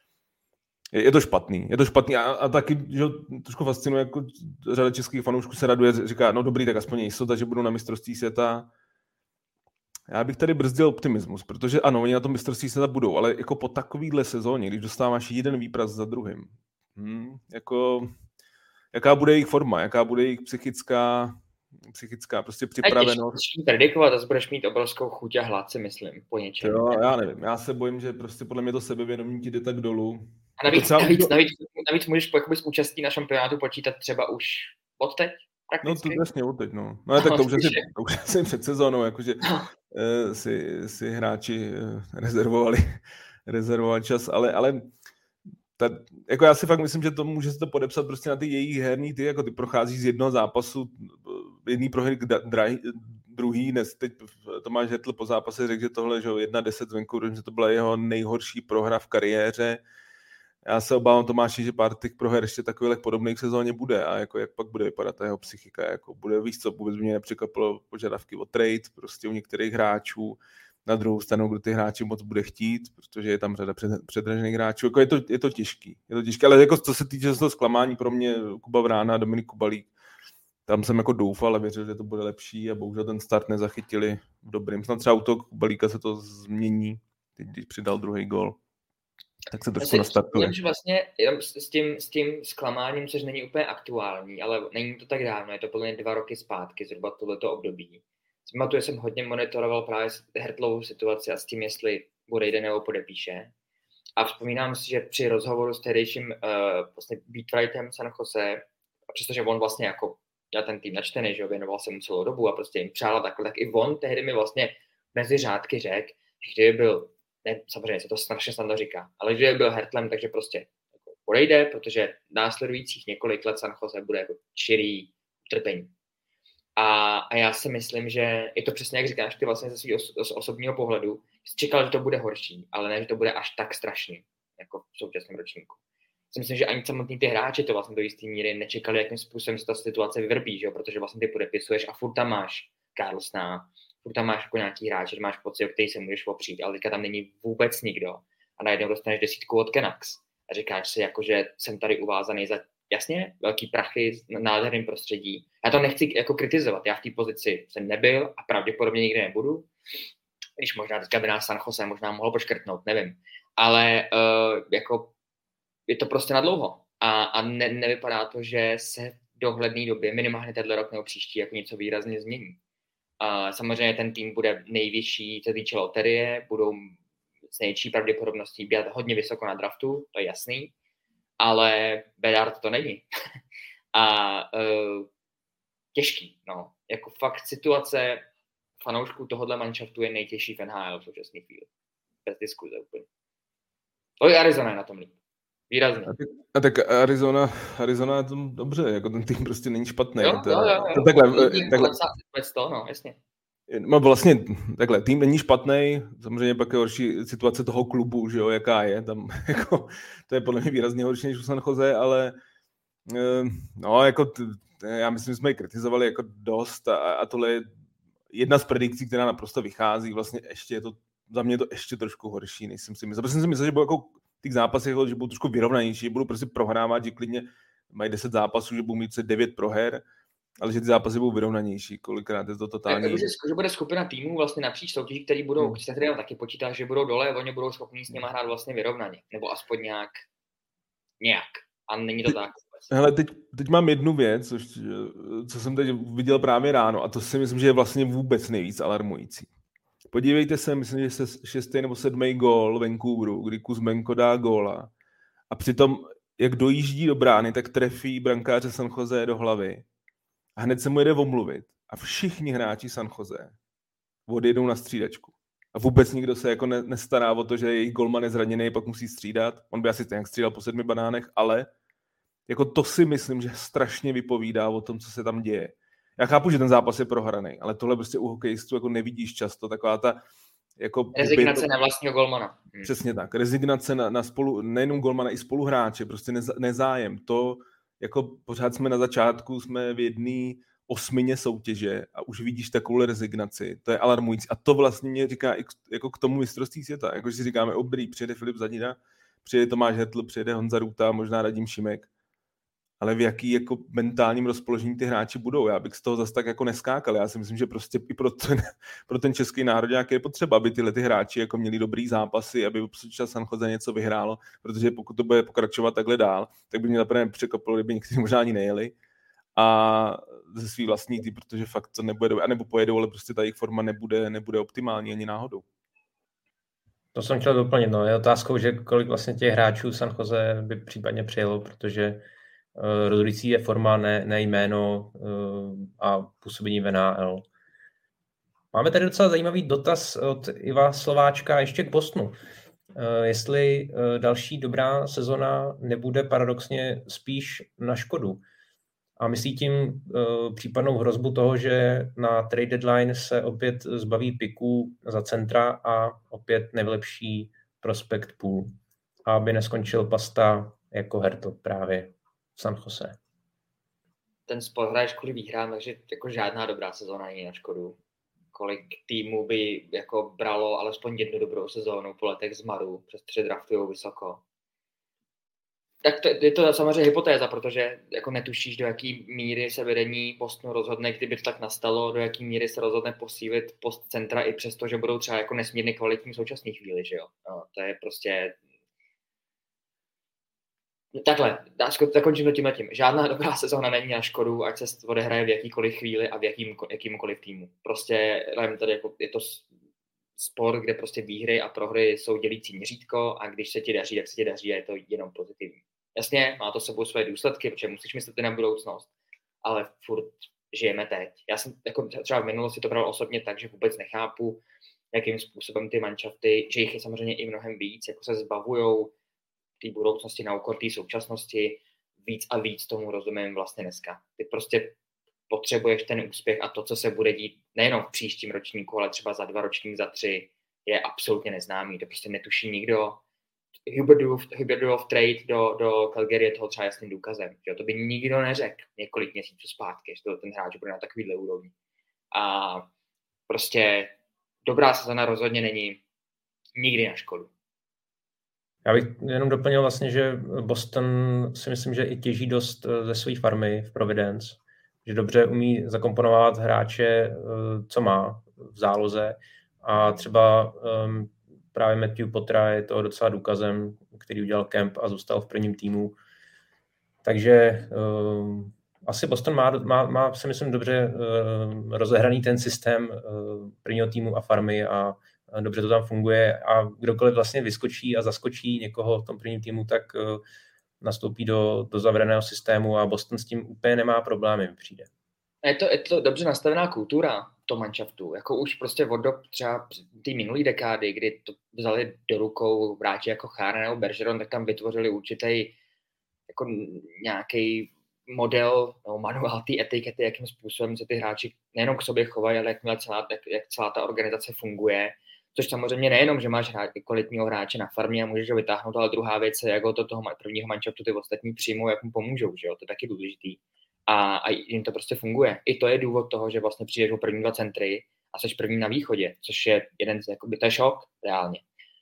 Je to špatný a taky, že trošku fascinuje, jako řada českých fanoušků se raduje, říká, no dobrý, tak aspoň jistota, že budou na mistrovství světa. Já bych tady brzdil optimismus, protože ano, oni na tom mistrovství světa budou, ale jako po takovýhle sezóně, když dostáváš jeden výpras za druhým, jako jaká bude jejich forma, jaká bude jejich psychická prostě připravenost. Když predikovat, zase budeš mít obrovskou chuť a hlad, si myslím, po něčem. Jo, já nevím, já se bojím, že prostě podle mě to sebevědomí ti jde tak dolů. A navíc můžeš jako s účastí na šampionátu počítat třeba už od teď? Prakticky. No to jasně od teď, no. No tak to už asi před sezónou, jakože si hráči rezervovali čas, ale jako já si fakt myslím, že to může se to podepsat prostě na ty jejich herní, ty jako ty prochází z jednoho zápasu, jedný prohry k druhý, dnes teď Tomáš Hertl po zápase řekl, že tohle, že 1-10 zvenku, že to byla jeho nejhorší prohra v kariéře. Já se obávám, Tomáši, že pár těch proher ještě takových podobných v sezóně bude a jako jak pak bude vypadat ta jeho psychika, jako bude, víc co, vůbec by mě nepřekvapilo požadavky o trade, prostě u některých hráčů, na druhou stranu, kdo ty hráči moc bude chtít, protože je tam řada předražených hráčů, jako je to těžký, ale jako co se týče toho zklamání pro mě Kuba Vrána a Dominik Kubalík, tam jsem jako doufal a věřil, že to bude lepší a bohužel ten start nezachytili v dobrým. Snad třeba útok Kubalíka se to změní, teď když přidal druhý gól. Tak se trošku nastartuje. Vlastně s tím zklamáním, což není úplně aktuální, ale není to tak dávno, je to podle mě 2 roky zpátky, zhruba tohleto období. Pamatuju, jsem hodně monitoroval právě Hertlovou situaci a s tím, jestli odejde nebo podepíše. A vzpomínám si, že při rozhovoru s tehdejším vlastně beatwritem San Jose, přestože on vlastně jako já ten tým načtený, že věnoval se mu celou dobu a prostě jim přála takhle, tak i on tehdy mi vlastně mezi řádky řekl, že kdyby byl, ne, samozřejmě se to strašně snadno říká, ale kdyby byl Hertlem, takže prostě jako odejde, protože následujících několik let San Jose bude jako čirý utrpení. A já si myslím, že je to přesně, jak říkáš ty vlastně ze svého osobního pohledu, čekal, že to bude horší, ale ne, že to bude až tak strašný, jako v současném ročníku. Myslím, že ani samotní ty hráči to vlastně do jisté míry nečekali, jakým způsobem se ta situace vyvrbí, že jo? Protože vlastně ty podepisuješ a furt tam máš Karlsna, furt tam máš jako nějaký hráč, že máš pocit, o který se můžeš opřít, ale teďka tam není vůbec nikdo a najednou dostaneš 10 od Canucks a říkáš si, jako, že jsem tady uvázaný za jasně velký prachy na nádherném prostředí. Já to nechci jako kritizovat, já v té pozici jsem nebyl a pravděpodobně nikdy nebudu, když možná teďka by nás San Jose možná mohl poškrtnout, nevím, ale jako je to prostě na dlouho. A nevypadá to, že se v dohledné době, minimálně tenhle rok nebo příští, jako něco výrazně změní. Samozřejmě ten tým bude nejvyšší, co týče loterie, budou s největší pravděpodobností být hodně vysoko na draftu, to je jasný, ale Bedard to není. Těžký, no. Jako fakt situace fanoušků tohohle manšaftu je nejtěžší v NHL v současné chvíli. Bez diskuze úplně. To je Arizona na tom líp. Výrazně. A tak Arizona je tom dobře, jako ten tým prostě není špatný. Jo. Takhle. No, jasně. No vlastně takhle, tým není špatný, samozřejmě pak je horší situace toho klubu, že jo, jaká je, tam jako, to je podle mě výrazně horší než u San Jose, ale no jako já myslím, že jsme ji kritizovali jako dost a tohle je jedna z predikcí, která naprosto vychází, vlastně ještě je to, za mě je to ještě trošku horší, než jsem si myslel. Protože jsem si myslel, že budou jako těch zápasech, že budou trošku vyrovnanější, že budou prostě prohrávat, že klidně mají 10 zápasů, že budou mít 9 proher, ale že ty zápasy budou vyrovnanější, kolikrát je to totální. Že bude skupina týmů vlastně napříč soutěží, který budou, se tady taky počítá, že budou dole, oni budou schopní s nimi hrát vlastně vyrovnaně, nebo aspoň nějak. A není to tak. Hele, teď mám jednu věc, co jsem teď viděl právě ráno, a to si myslím, že je vlastně vůbec nejvíc alarmující. Podívejte se, myslím, že se 6. nebo 7. gól Vancouveru, kdy Kuzmenko dá góla a přitom, jak dojíždí do brány, tak trefí brankáře San Jose do hlavy a hned se mu jede omluvit a všichni hráči San Jose odjedou na střídačku. A vůbec nikdo se jako nestará o to, že jejich golman je zraněný, pak musí střídat. On by asi nějak střídal po 7 banánech, ale jako to si myslím, že strašně vypovídá o tom, co se tam děje. Já chápu, že ten zápas je prohraný, ale tohle prostě u hokejistů jako nevidíš často, taková ta jako rezignace na vlastního golmana. Přesně tak. Rezignace na nejenom golmana, i spoluhráče, prostě nezájem. To jako pořád jsme na začátku, jsme v jedné 8 soutěže a už vidíš takovou rezignaci. To je alarmující. A to vlastně mě říká i jako k tomu mistrovství světa. Jako si říkáme, obrý, přijede Filip Zadina, přijede Tomáš Hertl, přijede Honza Růta, možná Radim Šimek. Ale v jaký jako mentálním rozpoložení ty hráči budou. Já bych z toho zase tak jako neskákal. Já si myslím, že prostě i pro ten český národňák je potřeba, aby tyhle ty hráči jako měli dobrý zápasy, aby San Jose něco vyhrálo, protože pokud to bude pokračovat takhle dál, tak by mě zaprvé překvapilo, kdyby někteří možná ani nejeli a ze svý vlastní tý, protože fakt to nebude dobré, anebo pojedou, ale prostě ta jejich forma nebude optimální ani náhodou. To jsem chtěl doplnit, no. Je otázkou, že kolik vlastně těch hráčů San Jose by případně přijelo, protože rozhodující je forma, ne jméno a působení v NHL. Máme tady docela zajímavý dotaz od Iva Slováčka ještě k Bostonu. Jestli další dobrá sezona nebude paradoxně spíš na škodu. A myslí tím případnou hrozbu toho, že na trade deadline se opět zbaví piků za centra a opět nevylepší prospekt pool. A aby neskončil Pasta jako Hertl právě v San Jose. Ten sport hraje školy výhrám, takže jako žádná dobrá sezóna není na škodu. Kolik týmů by jako bralo alespoň jednu dobrou sezónu po letech zmaru, přes 3 draftujou vysoko. Tak je to samozřejmě hypotéza, protože jako netušíš, do jaký míry se vedení Bostonu rozhodne, kdyby to tak nastalo, do jaký míry se rozhodne posílit post centra i přesto, že budou třeba jako nesmírně kvalitní v současné chvíli, že jo. No, to je prostě... Takhle, zakončím to tímhletím. Žádná dobrá sezóna není na škodu, ať se odehraje v jakýkoliv chvíli a v jakýmkoliv týmu. Prostě tady jako, je to sport, kde prostě výhry a prohry jsou dělící měřítko a když se ti daří, tak se ti daří a je to jenom pozitivní. Jasně, má to sebou své důsledky, protože musíš myslet i na budoucnost, ale furt žijeme teď. Já jsem jako třeba v minulosti to bral osobně tak, že vůbec nechápu, jakým způsobem ty manšafty, že jich je samozřejmě i mnohem víc, jako se zbavujou té budoucnosti na úkor té současnosti, víc a víc tomu rozumím vlastně dneska. Ty prostě potřebuješ ten úspěch a to, co se bude dít nejenom v příštím ročníku, ale třeba za 2 ročníky, za 3, je absolutně neznámý. To prostě netuší nikdo. Huberdeův trade do Calgary je toho třeba jasným důkazem. Že to by nikdo neřekl několik měsíců zpátky, že ten hráč bude na takovýhle úrovni. A prostě dobrá sezona rozhodně není nikdy na škodu. Já bych jenom doplnil vlastně, že Boston si myslím, že i těží dost ze své farmy v Providence, že dobře umí zakomponovat hráče, co má v záloze a třeba právě Matthew Pottera je to docela důkazem, který udělal kemp a zůstal v prvním týmu. Takže asi Boston má si myslím dobře rozehraný ten systém prvního týmu a farmy a dobře to tam funguje a kdokoliv vlastně vyskočí a zaskočí někoho v tom prvním týmu, tak nastoupí do zavřeného systému a Boston s tím úplně nemá problémy, mi přijde. Je to dobře nastavená kultura toho manšaftu, jako už prostě od dob třeba ty minulý dekády, kdy to vzali do rukou hráči jako Chara nebo Bergeron, tak tam vytvořili určitý jako nějaký model nebo manuál té etikety, jakým způsobem se ty hráči nejenom k sobě chovají, ale jak celá ta organizace funguje. Což samozřejmě nejenom, že máš kvalitního hráče na farmě a můžeš ho vytáhnout, ale druhá věc je, jak ho to toho prvního manšaftu ty ostatní přijmou, jak mu pomůžou, že jo, to je taky důležitý. A jim to prostě funguje. I to je důvod toho, že vlastně přijdeš o první 2 centry a jsi první na východě, což je jeden z, jakoby, to je šok, reálně.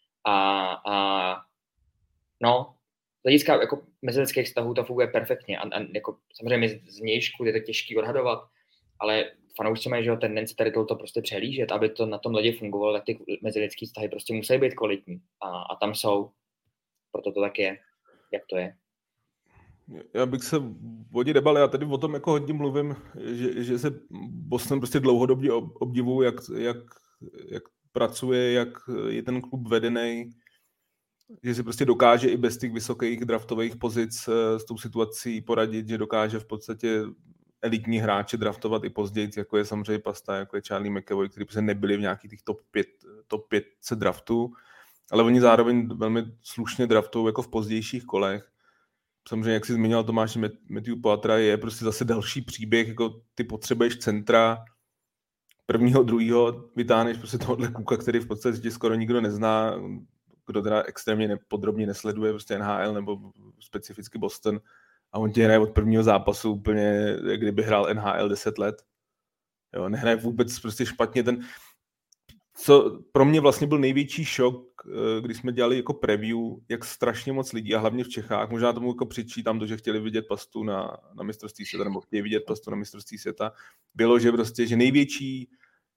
No, z hlediska jako mezilidských vztahů to funguje perfektně a jako, samozřejmě z vnějšku je to těžký odhadovat, ale fanoušci mají, že tendenci tady to prostě přehlížet, aby to na tom ledě fungovalo, tak ty mezilidský vztahy prostě musí být kvalitní a tam jsou, proto to tak je, jak to je. Já bych se vodit nebal, já tady o tom jako hodně mluvím, že se Boston prostě dlouhodobě obdivuju, jak pracuje, jak je ten klub vedený, že si prostě dokáže i bez těch vysokých draftových pozic s tou situací poradit, že dokáže v podstatě elitní hráče draftovat i později, jako je samozřejmě Pasta, jako je Charlie McAvoy, kteří prostě nebyli v nějakých těch top 5 draftů, ale oni zároveň velmi slušně draftují jako v pozdějších kolech. Samozřejmě, jak jsi zmiňoval Tomáš Matthew Poitras, je prostě zase další příběh, jako ty potřebuješ centra prvního, druhého, vytáhneš prostě tohohle kluka, který v podstatě skoro nikdo nezná, kdo teda extrémně podrobně nesleduje prostě NHL nebo specificky Boston a on tě hraje od prvního zápasu úplně, jak kdyby hrál NHL 10 let. Jo, nehraje vůbec prostě špatně. Co pro mě vlastně byl největší šok, když jsme dělali jako preview, jak strašně moc lidí, a hlavně v Čechách, možná tomu jako přičítám to, že chtěli vidět Pastu na mistrovství světa, nebo chtěli vidět Pastu na mistrovství světa, bylo, že prostě, že největší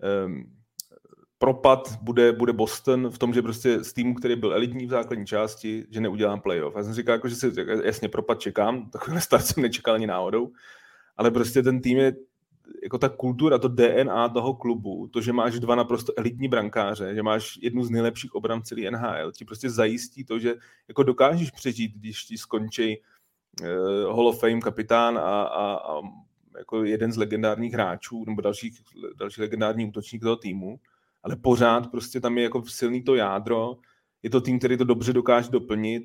propad bude Boston v tom, že prostě z týmu, který byl elitní v základní části, že neudělám playoff. Já jsem říkal, jako, že si jasně propad čekám, takovýhle start jsem nečekal ani náhodou, ale prostě ten tým je jako ta kultura, to DNA toho klubu, to, že máš 2 naprosto elitní brankáře, že máš jednu z nejlepších obran celý NHL, ti prostě zajistí to, že jako dokážeš přežít, když ti skončí Hall of Fame kapitán a jako jeden z legendárních hráčů nebo další legendární útočník toho týmu, ale pořád prostě tam je jako silný to jádro, je to tým, který to dobře dokáže doplnit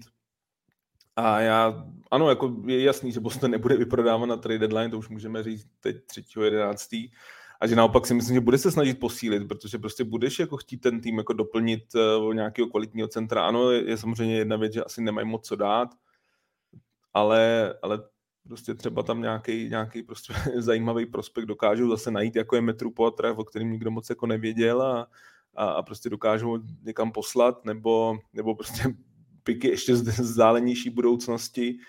a ano, jako je jasný, že Boston nebude vyprodávat na trade deadline, to už můžeme říct teď 3.11. A že naopak si myslím, že bude se snažit posílit, protože prostě budeš jako chtít ten tým jako doplnit o nějakého kvalitního centra. Ano, je samozřejmě jedna věc, že asi nemají moc co dát, ale prostě třeba tam nějaký prostě zajímavý prospekt dokážou zase najít, jako je Matthew Poitras, o kterým nikdo moc jako nevěděl a prostě dokážou někam poslat, nebo prostě piky ještě z vzdálenější budoucnosti.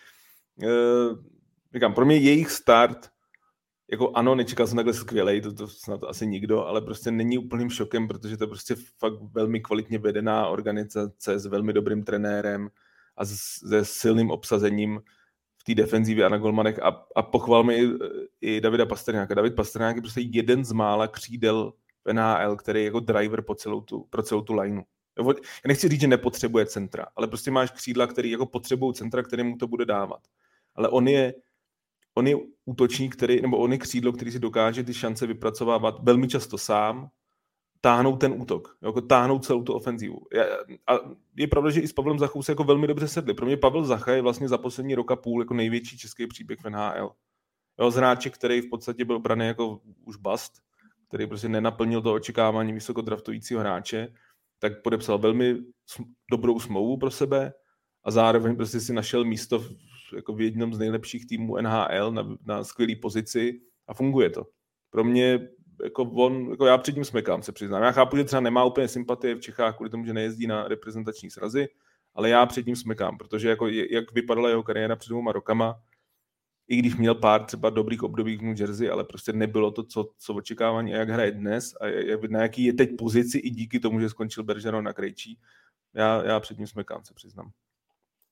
Říkám, pro mě jejich start, jako ano, nečekal jsem takhle skvělej, to snad asi nikdo, ale prostě není úplným šokem, protože to je prostě fakt velmi kvalitně vedená organizace s velmi dobrým trenérem a se silným obsazením v té defenzivě a na golmanech a pochvalme i Davida Pastrňáka. David Pastrňák je prostě jeden z mála křídel v NHL, který je jako driver pro celou tu lineu. Já nechci říct, že nepotřebuje centra, ale prostě máš křídla, který jako potřebují centra, který mu to bude dávat. Ale on je útočník, on je křídlo, který si dokáže ty šance vypracovávat velmi často sám, táhnout ten útok, jako táhnout celou tu ofenzivu. A je pravda, že i s Pavlem Zachou se jako velmi dobře sedli. Pro mě Pavel Zacha je vlastně za poslední rok a půl jako největší český příběh v NHL. Jo, z hráče, který v podstatě byl braný jako už bust, který prostě nenaplnil to očekávání vysokodraftujícího hráče, tak podepsal velmi dobrou smlouvu pro sebe a zároveň prostě si našel místo v jednom z nejlepších týmů NHL na skvělé pozici a funguje to. Pro mě já před ním smekám, se přiznám. Já chápu, že třeba nemá úplně sympatie v Čechách kvůli tomu, že nejezdí na reprezentační srazy, ale já před ním smekám, protože jak vypadala jeho kariéra před 2 rokama, i když měl pár třeba dobrých období v New Jersey, ale prostě nebylo to, co očekávání a jak hraje dnes a na jaký je teď pozici i díky tomu, že skončil Bergeron na Krejčí. Já před ním smekám, se přiznám.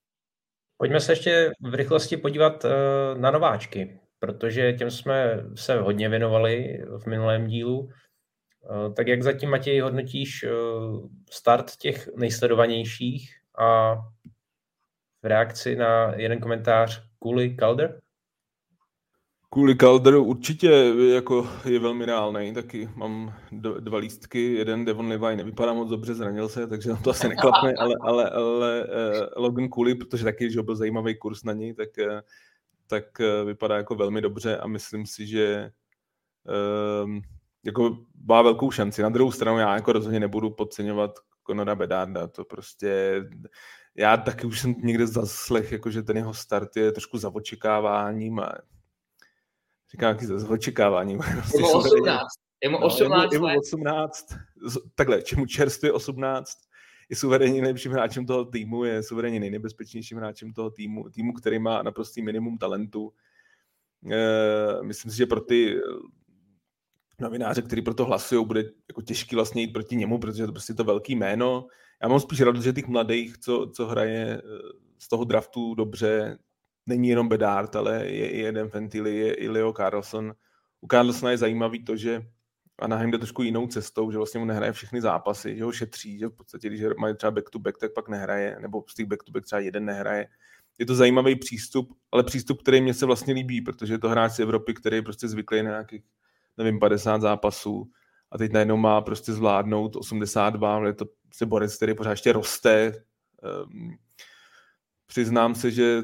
Pojďme se ještě v rychlosti podívat na nováčky, protože těm jsme se hodně věnovali v minulém dílu. Tak jak zatím, Matěj, hodnotíš start těch nejsledovanějších a v reakci na jeden komentář Cooley Calder? Cooley Calder určitě jako je velmi reálný, taky mám 2 lístky, jeden Devon Levi nevypadá moc dobře, zranil se, takže to asi neklapne, ale Logan Cooley, protože taky, že byl zajímavý kurz na něj, tak vypadá jako velmi dobře a myslím si, že jako má velkou šanci. Na druhou stranu já jako rozhodně nebudu podceňovat Conora Bedarda, to prostě já taky už jsem někde zaslech, jako že ten jeho start je trošku za očekáváním a říkám, jaký za očekáváním. Je mu 18. Takhle, čemu čerstvě 18, je suverénně nejlepším hráčem toho týmu, je suverénně nejnebezpečnějším hráčem toho týmu, který má naprostý minimum talentu. Myslím si, že pro ty novináře, kteří pro to hlasují, bude jako těžký vlastně jít proti němu, protože to prostě to velký jméno. Já mám spíš radost, že těch mladých, co hraje z toho draftu dobře, není jenom Bedard, ale je i jeden Fantilli, je i Leo Carlson. U Carlsona je zajímavý to, že Anaheim jde trošku jinou cestou, že vlastně mu nehraje všechny zápasy, že ho šetří, že v podstatě, když mají třeba back-to-back, tak pak nehraje, nebo z těch back-to-back třeba jeden nehraje. Je to zajímavý přístup, ale přístup, který mě se vlastně líbí, protože je to hráč z Evropy, který je prostě zvyklý na nějakých, 50 zápasů a teď najednou má prostě zvládnout 82, ale je to prostě borec, který pořád ještě roste. Přiznám se, že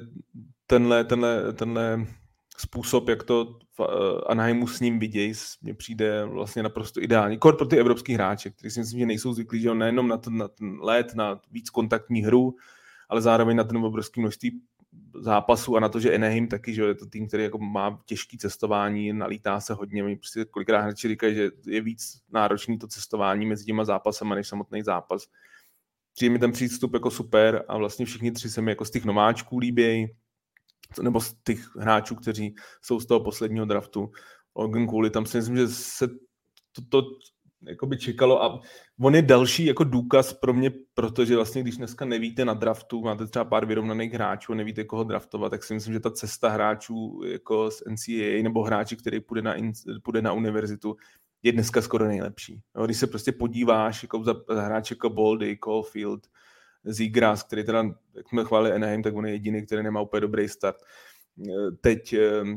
tenhle způsob, jak to v Anaheimu s ním vidějí, mně přijde vlastně naprosto ideální. Kor pro ty evropský hráče, kteří si myslím, že nejsou zvyklí, že nejenom na ten let, na víc kontaktní hru, ale zároveň na ten obrovský množství zápasů a na to, že Anaheim taky, že je to tým, který jako má těžký cestování, nalítá se hodně. Oni prostě kolikrát hráči říkají, že je víc náročný to cestování mezi těma zápasama než samotný zápas. Přijde mi ten přístup jako super a vlastně všichni tři se mi jako z těch nováčků líbějí, nebo z těch hráčů, kteří jsou z toho posledního draftu. Logan Cooley, tam si myslím, že se to jako by čekalo a on je další jako důkaz pro mě, protože vlastně když dneska nevíte na draftu, máte třeba pár vyrovnaných hráčů a nevíte, koho draftovat, tak si myslím, že ta cesta hráčů jako z NCAA nebo hráči, který půjde na univerzitu, je dneska skoro nejlepší. Jo, když se prostě podíváš jako za hráče jako Boldy, Caulfield, Zegras, který teda, jak jsme chválili Anaheim, tak on je jediný, který nemá úplně dobrý start. Teď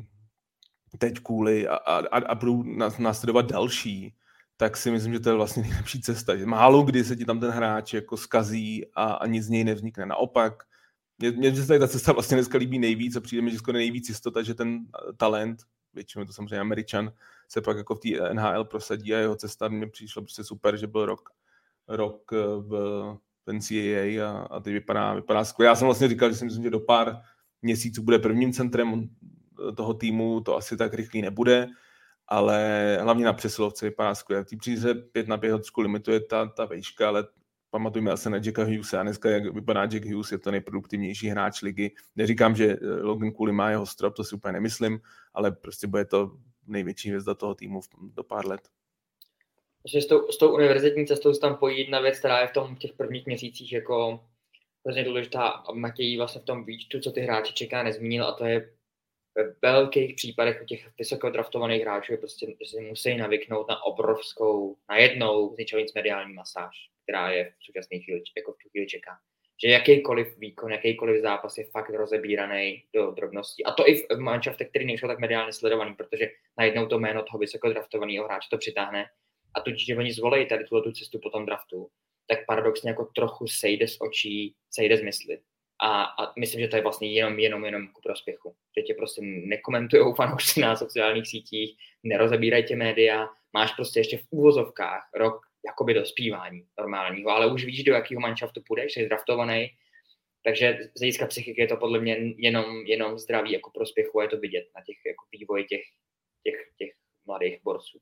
Cooley a budou následovat další, tak si myslím, že to je vlastně nejlepší cesta. Že málo kdy se ti tam ten hráč jako zkazí a nic z něj nevznikne. Naopak, mně se tady ta cesta vlastně dneska líbí nejvíc a přijde mi, že skoro nejvíc jistota, že ten talent, většinou je to samozřejmě Američan, se pak jako v té NHL prosadí a jeho cesta mně přišlo prostě super, že byl rok v NCAA a teď vypadá skvěle. Já jsem vlastně říkal, že si myslím, že do pár měsíců bude prvním centrem toho týmu, to asi tak rychlý nebude, ale hlavně na přesilovce vypadá skvěle. V té příře 5x5 ho trošku limituje ta vejška, ale pamatujme se na Jacka Hughese a dneska, jak vypadá Jack Hughes, je to nejproduktivnější hráč ligy. Neříkám, že Logan Cooley má jeho strop, to si úplně nemyslím, ale prostě bude to největší hvězda toho týmu do pár let. Že s tou univerzitní cestou se tam pojí jedna věc, která je v těch prvních měsících jako hrozně důležitá a Matěj vlastně v tom výčtu, co ty hráči čeká, nezmínil, a to je ve velkých případech u těch vysoko draftovaných hráčů je prostě, že si musí navyknout na obrovskou, najednou z ničeho nic mediální masáž, která je v současné chvíli, jako v tu chvíli čeká. Že jakýkoliv výkon, jakýkoliv zápas je fakt rozebíraný do drobností. A to i v manšaftech, který nejsou tak mediálně sledovaný, protože najednou to jméno toho vysoko draftovaného hráče to přitáhne. A tudíž, že oni zvolí tady tu cestu po tom draftu, tak paradoxně jako trochu sejde z očí, sejde z mysli. A myslím, že to je vlastně jenom ku prospěchu. Že tě prostě nekomentujou fanoušci na sociálních sítích, nerozebírají tě média, máš prostě ještě v úvozovkách rok jakoby dospívání normálního, ale už víš, do jakého manšaftu půjdeš, jsi draftovaný, takže z hlediska psychiky je to podle mě jenom zdraví jako prospěchu a je to vidět na těch jako vývoji těch mladých borců.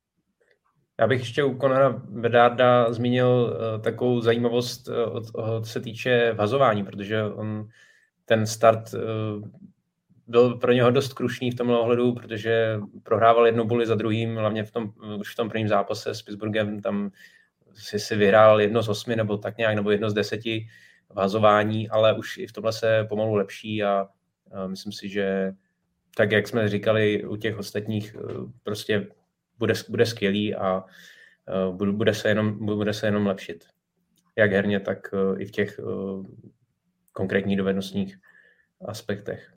Já bych ještě u Conora Bedarda zmínil takovou zajímavost, co se týče vhazování, protože on ten start byl pro něho dost krušný v tomhle ohledu, protože prohrával jednu buli za druhým, hlavně už v tom prvním zápase s Pittsburghem, tam si vyhrál 1 z 8 nebo tak nějak, nebo 1 z 10 vazování, ale už i v tomhle se pomalu lepší a myslím si, že tak, jak jsme říkali u těch ostatních, prostě bude skvělý a bude se jenom lepšit. Jak herně, tak i v těch konkrétních dovednostních aspektech.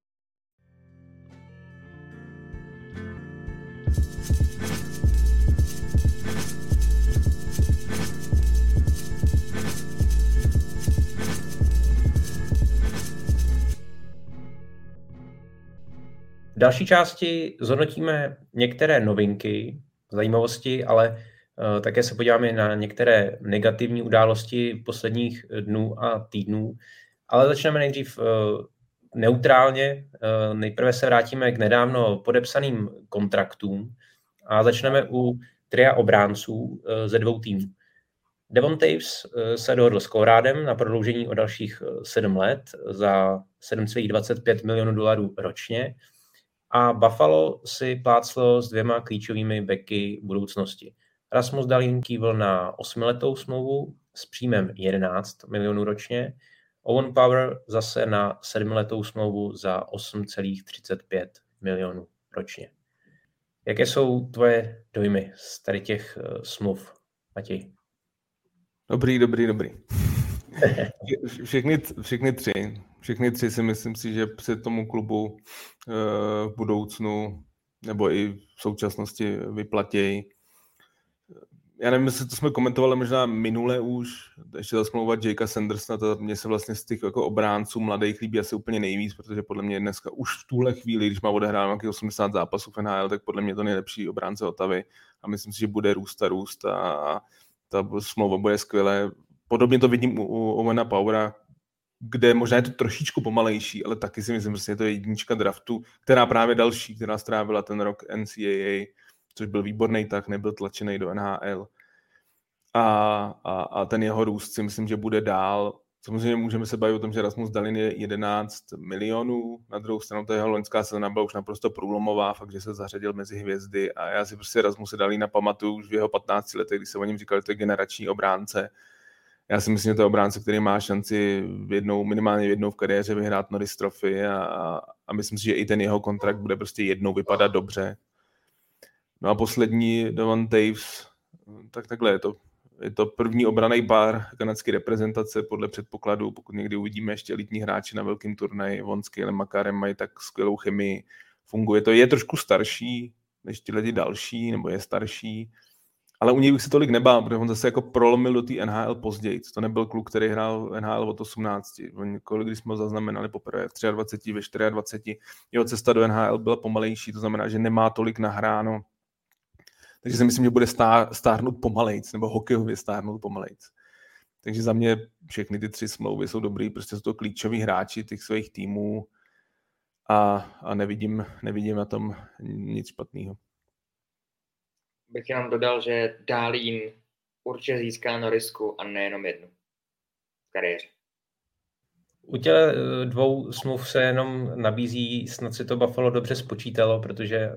V další části zhodnotíme některé novinky, zajímavosti, ale také se podíváme na některé negativní události posledních dnů a týdnů. Ale začneme nejdřív neutrálně. Nejprve se vrátíme k nedávno podepsaným kontraktům a začneme u tria obránců ze 2 týmů. Devon Toews se dohodl s Colorádem na prodloužení o dalších 7 let za $7,25 milionů ročně a Buffalo si pláclo s 2 klíčovými backy budoucnosti. Rasmus Dahlin kývl na 8letou smlouvu s příjmem 11 milionů ročně, Owen Power zase na 7letou smlouvu za 8,35 milionů ročně. Jaké jsou tvoje dojmy z tady těch smluv, Matěj? Dobrý. Všechny tři si myslím si, že se tomu klubu v budoucnu nebo i v současnosti vyplatějí. Já nevím, jestli to jsme komentovali možná minule už, ještě ta smlouva Jakea Sandersona, mně se vlastně z těch jako obránců mladých líbí asi úplně nejvíc, protože podle mě dneska už v tuhle chvíli, když má odehrát nějakých 80 zápasů v NHL, tak podle mě to nejlepší obránce Ottavy a myslím si, že bude růst a ta smlouva bude skvělé. Podobně to vidím u Owena Powera, kde možná je to trošičku pomalejší, ale taky si myslím, že je to jednička draftu, která strávila ten rok NCAA, což byl výborný tak, nebyl tlačený do NHL. A ten jeho růst si myslím, že bude dál. Samozřejmě můžeme se bavit o tom, že Rasmus Dahlin je 11 milionů, na druhou stranu ta jeho loňská sezona byla už naprosto průlomová, fakt, že se zařadil mezi hvězdy a já si prostě Rasmuse Dahlina pamatuju už v jeho 15 letech, když se o něm říkali, že to je generační obránce. Já si myslím, že to je obránce, který má šanci minimálně jednou v kariéře vyhrát Norris Trophy a myslím si, že i ten jeho kontrakt bude prostě jednou vypadat dobře. No a poslední Devon Toews, tak takhle je to první obranný pár kanadské reprezentace podle předpokladu, pokud někdy uvidíme ještě elitní hráči na velkém turnaji, Von s Kylem Makarem mají tak skvělou chemii, funguje to, je trošku starší než tyhle další, nebo je starší, ale u něj bych se tolik nebál, protože on zase jako prolomil do té NHL později. To nebyl kluk, který hrál NHL od 18. Když jsme ho zaznamenali poprvé v 23, ve 24. Jeho cesta do NHL byla pomalejší, to znamená, že nemá tolik nahráno. Takže si myslím, že bude stárnout pomalejc, nebo hokejově stárnout pomalejc. Takže za mě všechny ty 3 smlouvy jsou dobrý, prostě jsou to klíčoví hráči těch svých týmů a nevidím na tom nic špatného. Bych jenom dodal, že Dahlin určitě získá Norrisku a nejenom jednu v kariéře. U těch 2 smluv se jenom nabízí, snad si to Buffalo dobře spočítalo, protože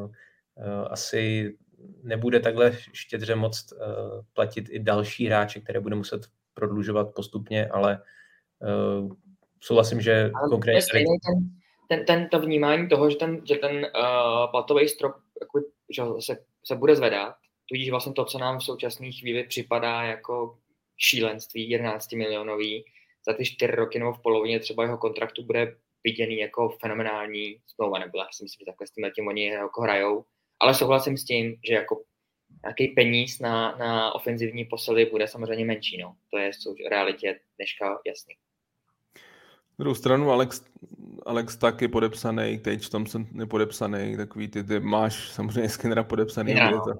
asi nebude takhle štědře moc platit i další hráče, které bude muset prodlužovat postupně, ale souhlasím, že konkrétně... To vnímání toho, že ten platový strop jako, že se bude zvedat, tudíž vlastně to, co nám v současné chvíli připadá jako šílenství 11 milionový, za ty 4 roky nebo v polovině třeba jeho kontraktu bude viděný jako fenomenální smlouva, nebo já si myslím, že takhle s tím oni jako hrajou, ale souhlasím s tím, že jako nějaký peníz na ofenzivní posily bude samozřejmě menší, no. To je v realitě dneška jasný. Na druhou stranu Alex tak je podepsaný, Tage Thompson je podepsaný, takový ty máš samozřejmě Skinnera podepsaný.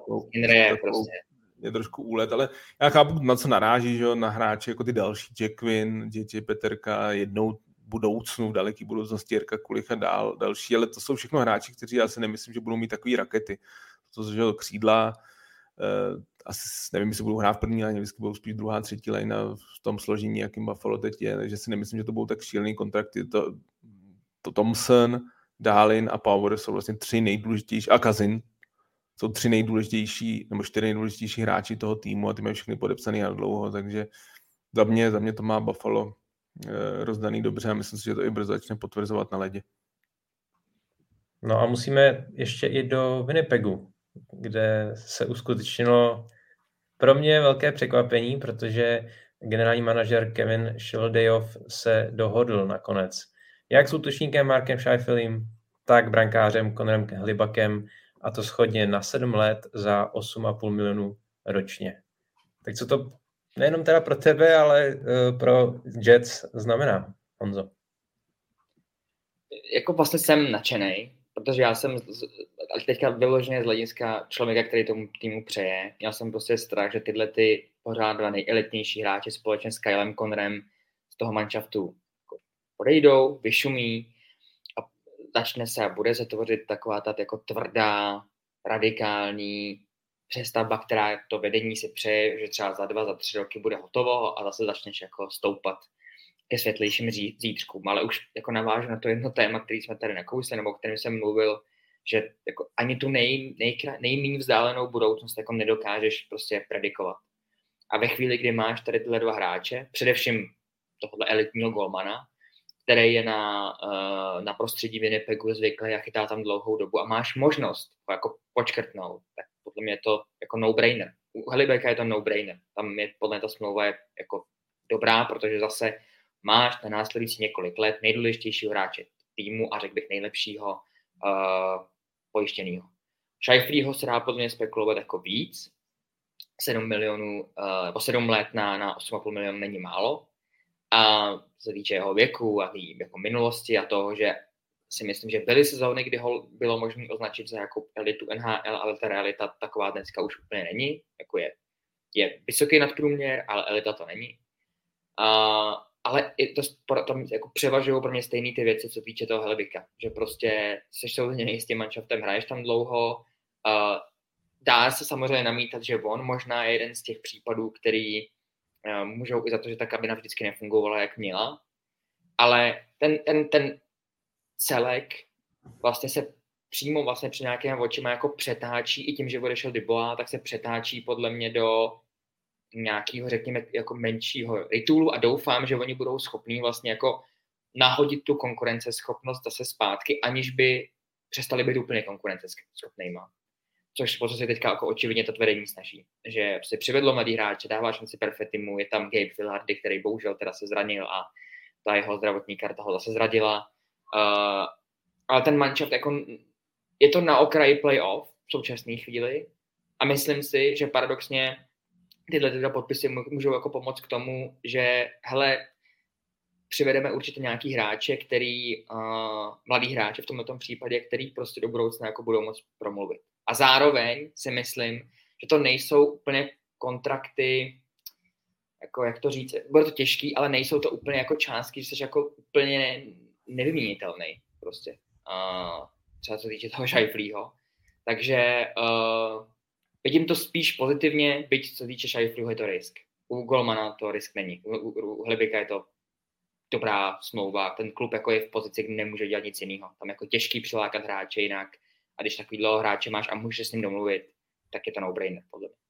Je trošku úlet, ale já chápu, na co naráží, že na hráče jako ty další, Jack Quinn, JJ Peterka, jednou budoucnu, v daleký budoucnosti Jirka Kulich a další, ale to jsou všechno hráči, kteří já si nemyslím, že budou mít takový rakety. To že křídla, asi nevím, jestli budou hrát v první léně, vždycky budou spíš druhá, třetí léna v tom složení, jakým Buffalo teď je, takže si nemyslím, že to budou tak šílený kontrakty. To Thompson, Dahlin a Power jsou vlastně 3 nejdůležitější, a Kazin jsou 3 nejdůležitější, nebo 4 nejdůležitější hráči toho týmu a ty mají všechny podepsaný na dlouho, takže za mě to má Buffalo rozdaný dobře a myslím si, že to i brzo začne potvrzovat na ledě. No a musíme ještě i do Winnipegu, kde se uskutečnilo pro mě velké překvapení, protože generální manažer Kevin Sheldayoff se dohodl nakonec jak s útočníkem Markem Scheifeleem, tak brankářem Connorem Hlibakem, a to shodně na 7 let za 8,5 milionů ročně. Tak co to nejenom teda pro tebe, ale pro Jets znamená, Honzo? Jako vlastně jsem nadšenej, protože já jsem teďka vyloženě z hlediska člověka, který tomu týmu přeje. Měl jsem prostě strach, že tyhle ty pořád dva nejelitnější hráči společně s Kylem Connorem z toho manšaftu odejdou, vyšumí a začne se a bude se tvořit taková ta jako tvrdá, radikální přestavba, která to vedení si přeje, že třeba za 2, za 3 roky bude hotovo a zase začneš jako stoupat ke světlejším zítřkům. Ale už jako navážu na to jedno téma, který jsme tady nakousli, nebo o kterém jsem mluvil, že jako ani tu nejméně vzdálenou budoucnost jako nedokážeš prostě predikovat. A ve chvíli, kdy máš tady tyhle dva hráče, především tohohle elitního golmana, který je na prostředí Winnipegu zvyklý a chytá tam dlouhou dobu a máš možnost jako počkrtnout, tak podle mě je to jako no-brainer. U Hlibeka je to no-brainer. Tam je podle mě ta smlouva je jako dobrá, protože zase máš na následující několik let nejdůležitějšího hráče týmu a řekl bych nejlepšího pojištěnýho. Scheifeleho se dá podle mě spekulovat jako víc. 7 milionů, po 7 let na 8,5 milionů není málo. A se týče jeho věku a jako minulosti a toho, že si myslím, že byly sezóny, kdy ho bylo možné označit za jako elitu NHL, ale ta realita taková dneska už úplně není. Jako je vysoký nadprůměr, ale elita to není. Ale tam jako převažují pro mě stejný ty věci, co týče toho Hlibika. Že prostě seš souzeněný s tím manšaftem, hraješ tam dlouho. Dá se samozřejmě namítat, že on možná je jeden z těch případů, který můžou i za to, že ta kabina vždycky nefungovala, jak měla. Ale ten celek vlastně se přímo vlastně při nějakém očima jako přetáčí i tím, že odešel Dubois, tak se přetáčí podle mě do nějakého, řekněme, jako menšího retoolu a doufám, že oni budou schopní vlastně jako nahodit tu konkurenceschopnost zase zpátky, aniž by přestali být úplně konkurenceschopnýma. Což po co se teďka jako očividně to vedení snaží. Že se přivedlo mladý hráče, dává šanci Perfettimu, je tam Gabe Vilardi, který bohužel teda se zranil a ta jeho zdravotní karta ho zase zradila. Ale ten manšaft jako je to na okraji playoff v současné chvíli a myslím si, že paradoxně tyhle podpisy můžou jako pomoct k tomu, že hele, přivedeme určitě nějaký hráče, mladý hráče v tomto případě, který prostě do budoucna jako budou moct promluvit. A zároveň si myslím, že to nejsou úplně kontrakty, jako jak to říct, bude to těžký, ale nejsou to úplně jako částky, že jsi jako úplně nevyměnitelný prostě. Třeba co týče toho Scheifeleho. Takže vidím to spíš pozitivně, byť co týče Scheifeleho je to risk. U golmana to risk není. U Hlibika je to dobrá smlouva. Ten klub jako je v pozici, kdy nemůže dělat nic jiného. Tam jako těžký přilákat hráče jinak. A když takový dlouho hráče máš a můžeš s ním domluvit, tak je to no-brainer podle mě.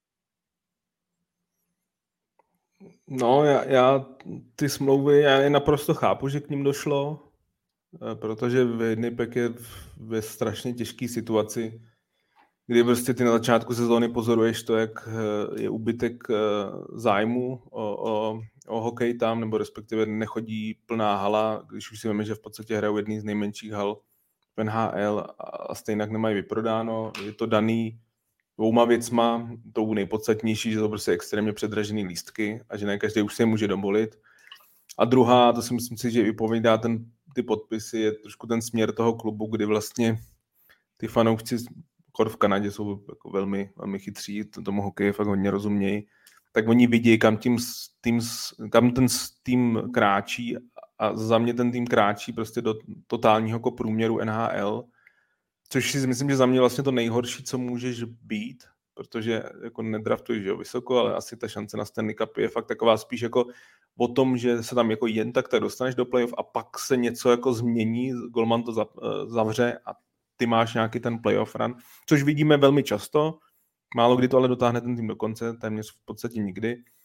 No, já ty smlouvy, já je naprosto chápu, že k ním došlo, protože Winnipeg je ve strašně těžké situaci, kdy prostě ty na začátku sezóny pozoruješ to, jak je úbytek zájmu o hokej tam, nebo respektive nechodí plná hala, když už si víme, že v podstatě hrajou jedný z nejmenších hal v NHL a stejně nemají vyprodáno. Je to daný 2 věcma, tou nejpodstatnější, že to prostě extrémně předražený lístky a že ne každý už si je může dovolit. A druhá, to si myslím si, že vypovídá ty podpisy, je trošku ten směr toho klubu, kdy vlastně ty fanoušci v Kanadě jsou jako velmi, velmi chytří, tomu hokeji fakt hodně rozumějí, tak oni vidí, kam ten tým kráčí a za mě ten tým kráčí prostě do totálního jako průměru NHL, což si myslím, že za mě vlastně to nejhorší, co můžeš být, protože jako nedraftuješ vysoko, ale asi ta šance na Stanley Cup je fakt taková spíš jako o tom, že se tam jako jen tak dostaneš do playoff a pak se něco jako změní, golman to zavře a ty máš nějaký ten playoff run, což vidíme velmi často, málo kdy to ale dotáhne ten tým do konce, téměř v podstatě nikdy.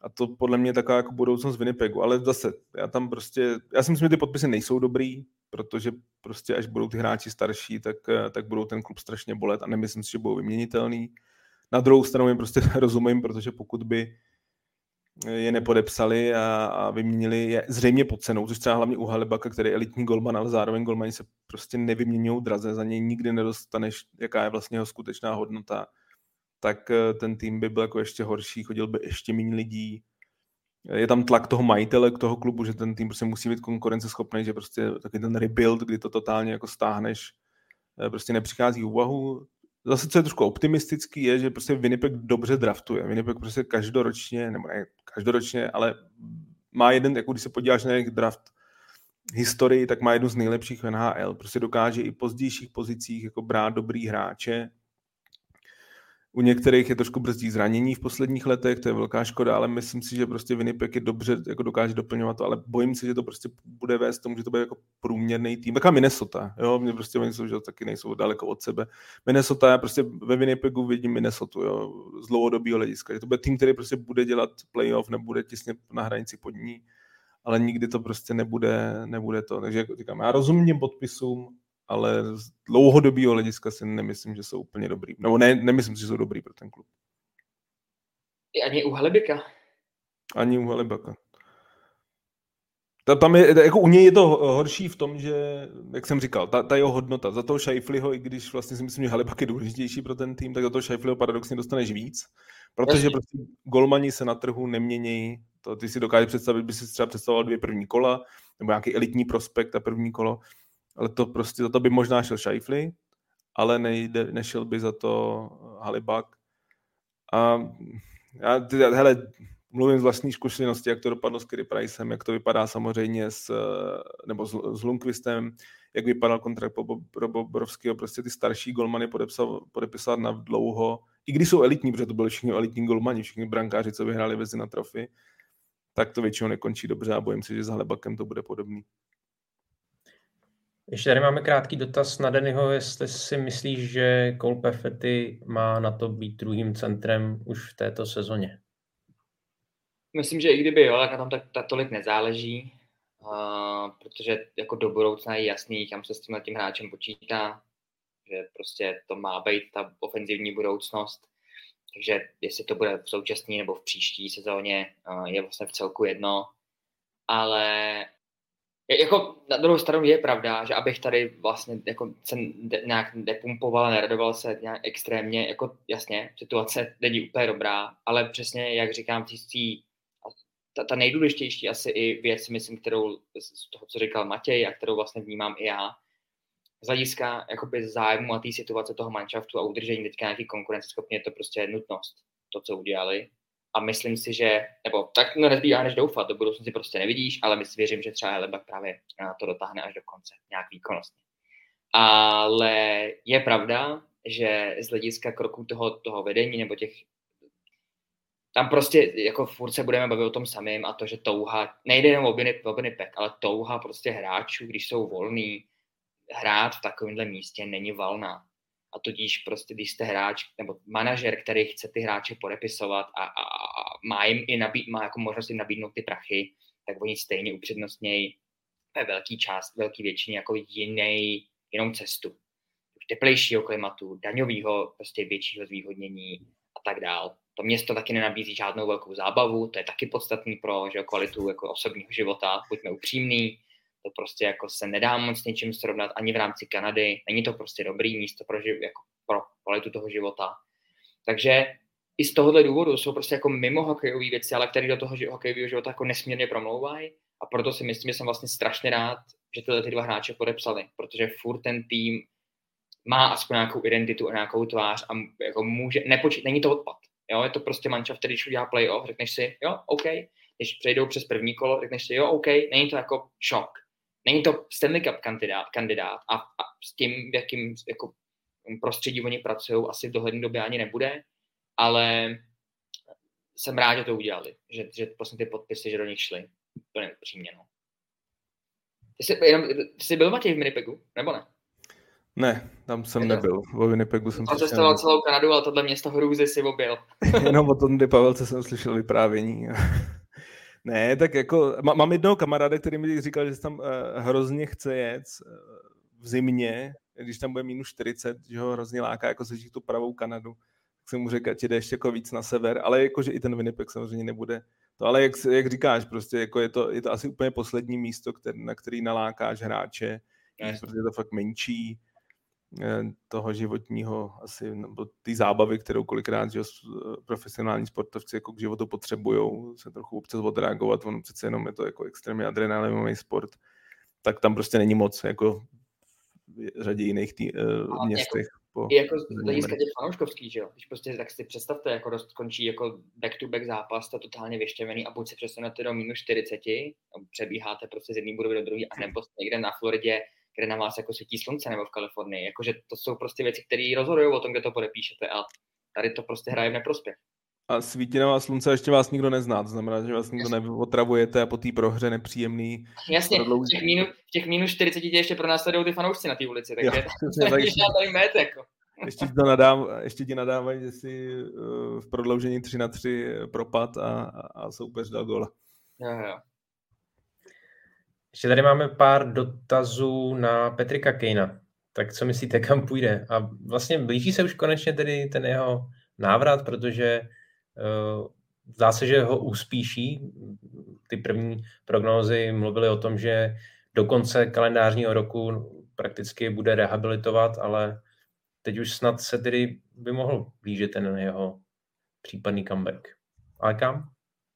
A to podle mě je taková jako budoucnost Winnipegu. Ale zase, já si myslím, že ty podpisy nejsou dobrý, protože prostě až budou ty hráči starší, tak budou ten klub strašně bolet a nemyslím si, že budou vyměnitelný. Na druhou stranu jim prostě rozumím, protože pokud by je nepodepsali a vyměnili je zřejmě pod cenou, což třeba hlavně u Halibaka, který je elitní golman, ale zároveň golmani se prostě nevyměňují draze, za něj nikdy nedostaneš, jaká je vlastně jeho skutečná hodnota, tak ten tým by byl jako ještě horší, chodil by ještě méně lidí. Je tam tlak toho majitele k toho klubu, že ten tým prostě musí být konkurenceschopný, že prostě taky ten rebuild, kdy to totálně jako stáhneš, prostě nepřichází v úvahu. Zase, co je trošku optimistický, je, že prostě Winnipeg dobře draftuje. Winnipeg prostě každoročně, nebo ne každoročně, ale má jeden, jako když se podíváš na jejich draft historii, tak má jednu z nejlepších v NHL. Prostě dokáže i v pozdějších pozicích jako brát dobrý hráče. U některých je trošku brzdí zranění v posledních letech, to je velká škoda, ale myslím si, že prostě Winnipeg je dobře, jako dokáže doplňovat to, ale bojím se, že to prostě bude vést tomu, že to bude jako průměrný tým. Taká Minnesota, jo, mě prostě oni jsou, že taky nejsou daleko od sebe. Minnesota, já prostě ve Winnipegu vidím Minnesotu, jo, z dlouhodobého hlediska, že to bude tým, který prostě bude dělat playoff, nebude těsně na hranici pod ní, ale nikdy to prostě nebude to. Takže jako říkám, já rozumím podpisům, ale z dlouhodobého hlediska si nemyslím, že jsou úplně dobrý. Nebo nemyslím si, že jsou dobrý pro ten klub. Ani u Halibaka. Ani u Halibaka. Tam je, jako u něj je to horší v tom, že, jak jsem říkal, ta jeho hodnota. Za toho Scheifeleho, i když vlastně si myslím, že Halibak je důležitější pro ten tým, tak za toho Scheifeleho paradoxně dostaneš víc, protože prostě golmani se na trhu neměnějí. To ty si dokážeš představit, by si třeba představoval 2 první kola, nebo nějaký elitní prospekt a první kolo, ale to prostě za to by možná šel Scheifele, ale nešel by za to Halibak. A hele, mluvím z vlastní zkušenosti, jak to dopadlo s Carey Pricem, jak to vypadá samozřejmě s Lundqvistem, jak vypadal kontrakt pro Bobrovského, prostě ty starší golmany podepisovat na dlouho, i když jsou elitní, protože to byli všichni elitní golmani, všichni brankáři, co vyhráli Vezina trofy, tak to většinou nekončí dobře a bojím se, že s Halibakem to bude podobný. Ještě tady máme krátký dotaz na Dannyho, jestli si myslíš, že Cole Perfetti má na to být druhým centrem už v této sezóně. Myslím, že i kdyby jo, tak na tom tak tolik nezáleží, protože jako do budoucna je jasný, kam se s tím hráčem počítá, že prostě to má být ta ofenzivní budoucnost, takže jestli to bude v současné nebo v příští sezóně, je vlastně v celku jedno, ale jako na druhou stranu je pravda, že abych tady vlastně jako se nějak nepumpoval a neradoval se nějak extrémně, jako jasně, situace není úplně dobrá, ale přesně, jak říkám, ta nejdůležitější asi i věc, myslím, kterou z toho, co říkal Matěj a kterou vlastně vnímám i já, z hlediska jakoby zájmu a té situace toho manšaftu a udržení teďka nějaký konkurenceschopně, je to prostě nutnost, to, co udělali. A myslím si, že, nebo tak nezbývá než doufat, do budoucnosti prostě nevidíš, ale věřím, že třeba Halibak právě to dotáhne až do konce, nějak výkonnostně. Ale je pravda, že z hlediska kroků toho vedení nebo těch, tam prostě jako furt se budeme bavit o tom samém a to, že touha, nejde jenom o Winnipeg, ale touha prostě hráčů, když jsou volný, hrát v takovémhle místě není valná. A tudíž prostě, když jste hráč nebo manažer, který chce ty hráče podepisovat a má jim i má jako možnost jim nabídnout ty prachy, tak oni stejně upřednostnějí ve velký většině jako jinou cestu. Teplejšího klimatu, daňového prostě většího zvýhodnění a tak dál. To město taky nenabízí žádnou velkou zábavu, to je taky podstatný pro kvalitu jako osobního života, buďme upřímní. To prostě jako se nedá moc s něčím srovnat ani v rámci Kanady. Není to prostě dobrý místo pro kvalitu toho života. Takže i z tohohle důvodu jsou prostě jako mimo hokejové věci, ale které do toho hokejového života jako nesmírně promlouvají. A proto si myslím, že jsem vlastně strašně rád, že tyhle ty dva hráče podepsali, protože furt ten tým má aspoň nějakou identitu a nějakou tvář a jako není to odpad. Jo? Je to prostě manšaft, který když udělá playoff, řekneš si, jo, OK. Když přejdou přes první kolo, řekneš si, jo, OK, není to jako šok. Není to Stanley Cup kandidát a s tím, v jakým jako prostředí oni pracují, asi v dohledné době ani nebude, ale jsem rád, že to udělali, že prostě ty podpisy, že do nich šli. Úplně upřímně, no. Ty jsi byl, Matěj, v Winnipegu, nebo ne? Ne, tam jsem nebyl. Vo Winnipegu jsem cestoval celou Kanadu, ale tohle město hrůzy si objel. Jenom o Tondy Pavelce jsem slyšel vyprávění. Ne, tak jako, mám jednoho kamaráda, který mi říkal, že tam hrozně chce jet v zimě, když tam bude minus 40, že ho hrozně láká jako sežít tu pravou Kanadu. Tak jsem mu řekl, že jde ještě jako víc na sever, ale jakože i ten Winnipeg samozřejmě nebude. To ale jak říkáš, prostě jako je to asi úplně poslední místo, na který nalákáš hráče, protože je to fakt menší toho životního asi, nebo ty zábavy, kterou kolikrát že profesionální sportovci jako k životu potřebujou, se trochu občas odreagovat, ono přece jenom je to jako extrémně adrenalinový sport, tak tam prostě není moc jako v řadě jiných městech. Jako z hlediska těch fanouškovských, že jo? Když prostě tak si představte, jako skončí jako back-to-back zápas, to totálně vyštěvený a buď se přesunete do minus 40, přebíháte prostě z jedné budovy do druhé, a nebo někde na Floridě, kde na vás jako svítí slunce, nebo v Kalifornii. Jakože to jsou prostě věci, které rozhodují o tom, kde to podepíšete, a tady to prostě hraje v neprospěch. A svítí na vás slunce, ještě vás nikdo nezná, to znamená, že vás nikdo neotravujete a po té prohře nepříjemný. Jasně, v těch minus 40 ještě pro nás sledují ty fanoušci na té ulici, takže tady met, jako. Ještě ti nadávají, že si v prodloužení 3-3 propad a soupeř dal góla. Jo. Ještě tady máme pár dotazů na Patricka Kanea. Tak co myslíte, kam půjde? A vlastně blíží se už konečně tedy ten jeho návrat, protože zdá se, že ho uspíší. Ty první prognózy mluvily o tom, že do konce kalendářního roku prakticky bude rehabilitovat, ale teď už snad se tedy by mohl blížit ten jeho případný comeback. Ale kam?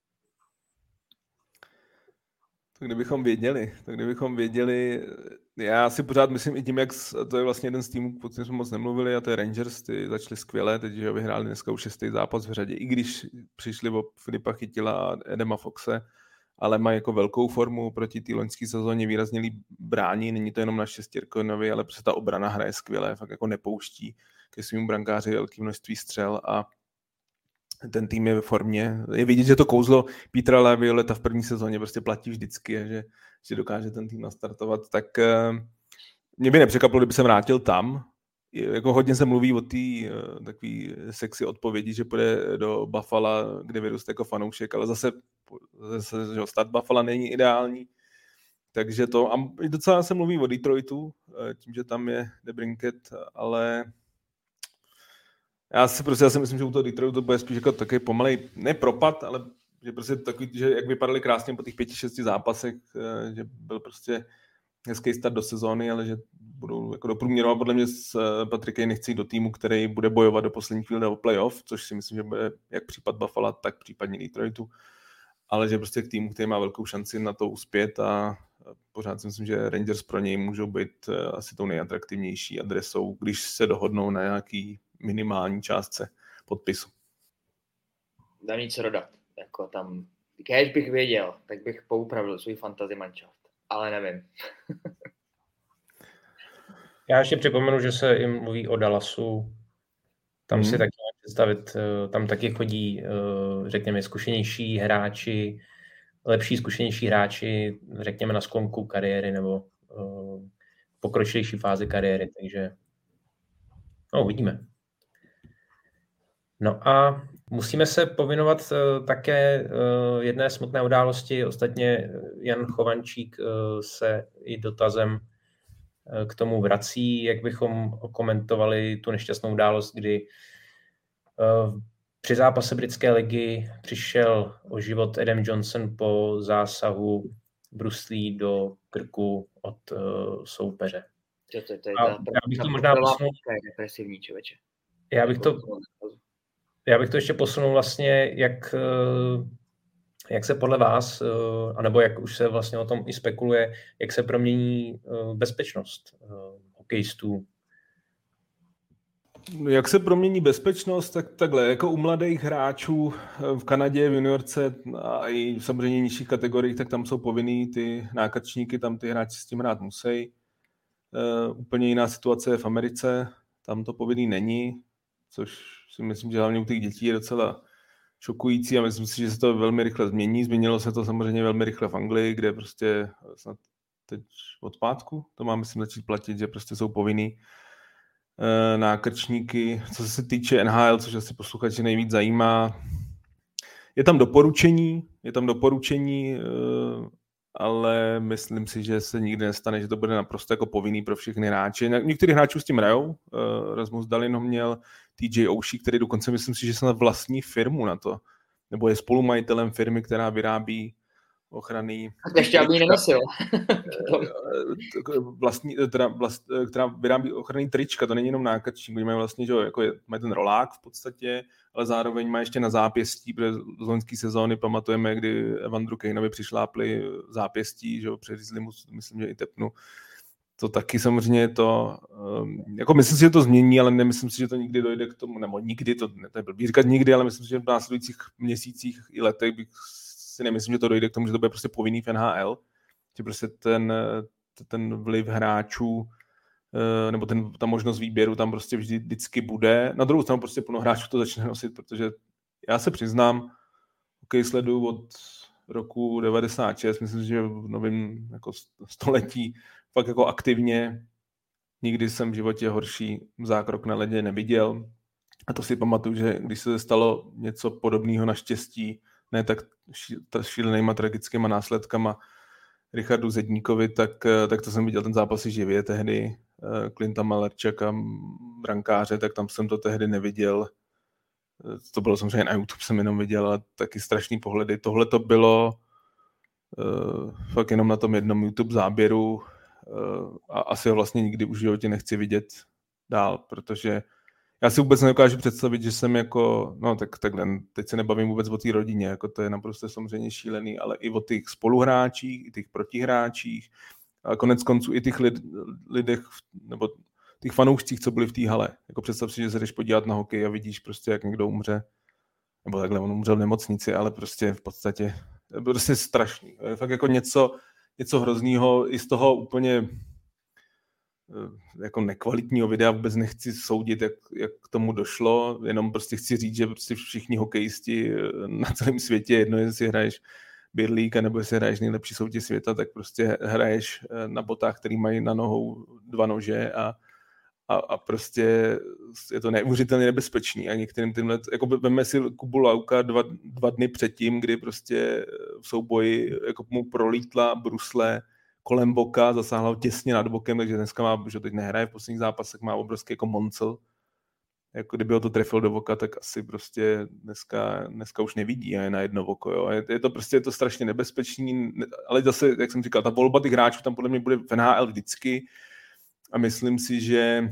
Tak kdybychom věděli, já si pořád myslím i tím, jak to je vlastně jeden z týmů, o kterém jsme moc nemluvili, a to je Rangers, ty začali skvěle, teď že vyhráli dneska už 6. zápas v řadě, i když přišli o Filipa Chytila a Adama Foxe, ale mají jako velkou formu proti té loňské sezóně, výrazně líp brání, není to jenom na Šestěrkonovi, ale prostě ta obrana hraje skvěle, fakt jako nepouští ke svým brankáři velké množství střel a ten tým je ve formě. Je vidět, že to kouzlo Petra Lavioleta v první sezóně prostě platí vždycky, že dokáže ten tým nastartovat. Tak mě by nepřekvapilo, kdyby se vrátil tam. Jako hodně se mluví o té takový sexy odpovědi, že půjde do Buffalo, kde vyroste jako fanoušek, ale zase že start Buffalo není ideální. Takže to, a docela se mluví o Detroitu, tím, že tam je DeBrincat, ale já si myslím, že u toho Detroitu to bude spíš jako takový pomalej, ne propad, ale že prostě takový, že jak vypadali krásně po těch 5-6 zápasech, že byl prostě hezký start do sezóny, ale že budou jako doprůměrovat. Podle mě Patrick Kane nechce jít do týmu, který bude bojovat do poslední chvíle o playoff, což si myslím, že bude jak případ Buffalo, tak případně Detroitu, ale že prostě k týmu, který má velkou šanci na to uspět, a pořád si myslím, že Rangers pro něj můžou být asi tou nejatraktivnější adresou, když se dohodnou na nějaký minimální částce podpisu. Dá nic dodat. Jako tam, když bych věděl, tak bych poupravil svůj fantasy manšaft. Ale nevím. Já ještě připomenu, že se jim mluví o Dallasu. Tam si taky představit, tam taky chodí, řekněme, zkušenější hráči, lepší zkušenější hráči, řekněme, na sklonku kariéry nebo pokročilejší fázi kariéry, takže uvidíme. No a musíme se pověnovat také jedné smutné události. Ostatně Jan Chovančík se i dotazem k tomu vrací, jak bychom komentovali tu nešťastnou událost, kdy při zápase britské ligy přišel o život Adam Johnson po zásahu bruslí do krku od soupeře. Já bych to možná posunul. Depresivní člověče. Já bych to ještě posunul vlastně, jak se podle vás, anebo jak už se vlastně o tom i spekuluje, jak se promění bezpečnost hokejistů. Jak se promění bezpečnost, tak takhle, jako u mladých hráčů v Kanadě, v juniorce a i samozřejmě nižších kategoriích, tak tam jsou povinný ty nákrčníky, tam ty hráči s tím hrát musí. Úplně jiná situace je v Americe, tam to povinný není, což si myslím, že hlavně u těch dětí je docela šokující a myslím si, že se to velmi rychle změní. Změnilo se to samozřejmě velmi rychle v Anglii, kde prostě snad teď od pátku to má, myslím, začít platit, že prostě jsou povinný nákrčníky. Co se týče NHL, což asi posluchači nejvíc zajímá, je tam doporučení, ale myslím si, že se nikdy nestane, že to bude naprosto jako povinný pro všechny hráče. Některý hráčů s tím hrajou. Rasmus Dahlin měl, TJ Oshie, který dokonce myslím si, že se na vlastní firmu na to, nebo je spolumajitelem firmy, která vyrábí ochranný... Ještě aby ji nenosil. Která vyrábí ochranný trička, to není jenom nákrčník, oni mají vlastně, že jako mají ten rolák v podstatě, ale zároveň má ještě na zápěstí, protože z loňské sezóny pamatujeme, kdy Evanderu Kaneovi přišlápli zápěstí, že přiřízli mu, myslím, že i tepnu. To taky samozřejmě to, jako myslím si, že to změní, ale nemyslím si, že to nikdy dojde k tomu, nebo nikdy, to je blbý říkat nikdy, ale myslím si, že v následujících měsících i letech bych si nemyslím, že to dojde k tomu, že to bude prostě povinný v NHL, že prostě ten vliv hráčů nebo ta možnost výběru tam prostě vždycky bude. Na druhou stranu prostě plno hráčů to začne nosit, protože já se přiznám, sleduju od roku 96, myslím, že v novém jako století fakt jako aktivně nikdy jsem v životě horší zákrok na ledě neviděl. A to si pamatuju, že když se stalo něco podobného naštěstí, ne tak šílenýma tragickýma následkama Richardu Zedníkovi, tak to jsem viděl ten zápas živě tehdy, Clinta Malerčaka, brankáře, tak tam jsem to tehdy neviděl. To bylo samozřejmě na YouTube, jsem jenom viděl, ale taky strašný pohledy. Tohle to bylo fakt jenom na tom jednom YouTube záběru a asi ho vlastně nikdy už v životě nechci vidět dál, protože já si vůbec nedokážu představit, že jsem jako, no takhle, teď se nebavím vůbec o té rodině, jako to je naprosto samozřejmě šílený, ale i o těch spoluhráčích, i těch protihráčích, a konec konců i těch lidech, nebo těch fanoušcích, co byli v té hale. Jako představ si, že se jdeš podívat na hokej a vidíš prostě, jak někdo umře, nebo takhle, on umřel v nemocnici, ale prostě v podstatě prostě strašný. Je fakt jako něco hroznýho, i z toho úplně jako nekvalitního videa vůbec nechci soudit, jak k tomu došlo, jenom prostě chci říct, že prostě všichni hokejisti na celém světě, jedno jestli hraješ Beer League, nebo jestli hraješ nejlepší soutěž světa, tak prostě hraješ na botách, který mají na nohou 2 nože a prostě je to neuvěřitelně nebezpečný. A některým tímhle, jako veme si Kubu Lauka 2 dny předtím, kdy prostě v souboji jako mu prolítla brusle kolem boka, zasáhla ho těsně nad bokem, takže dneska má, že teď nehraje v posledních zápasech, má obrovský jako moncel. Jako kdyby ho to trefil do voka, tak asi prostě dneska už nevidí a je na jedno oko. Jo. Je to strašně nebezpečný, ale zase, jak jsem říkal, ta volba těch hráčů tam podle mě bude v NHL vždycky a myslím si, že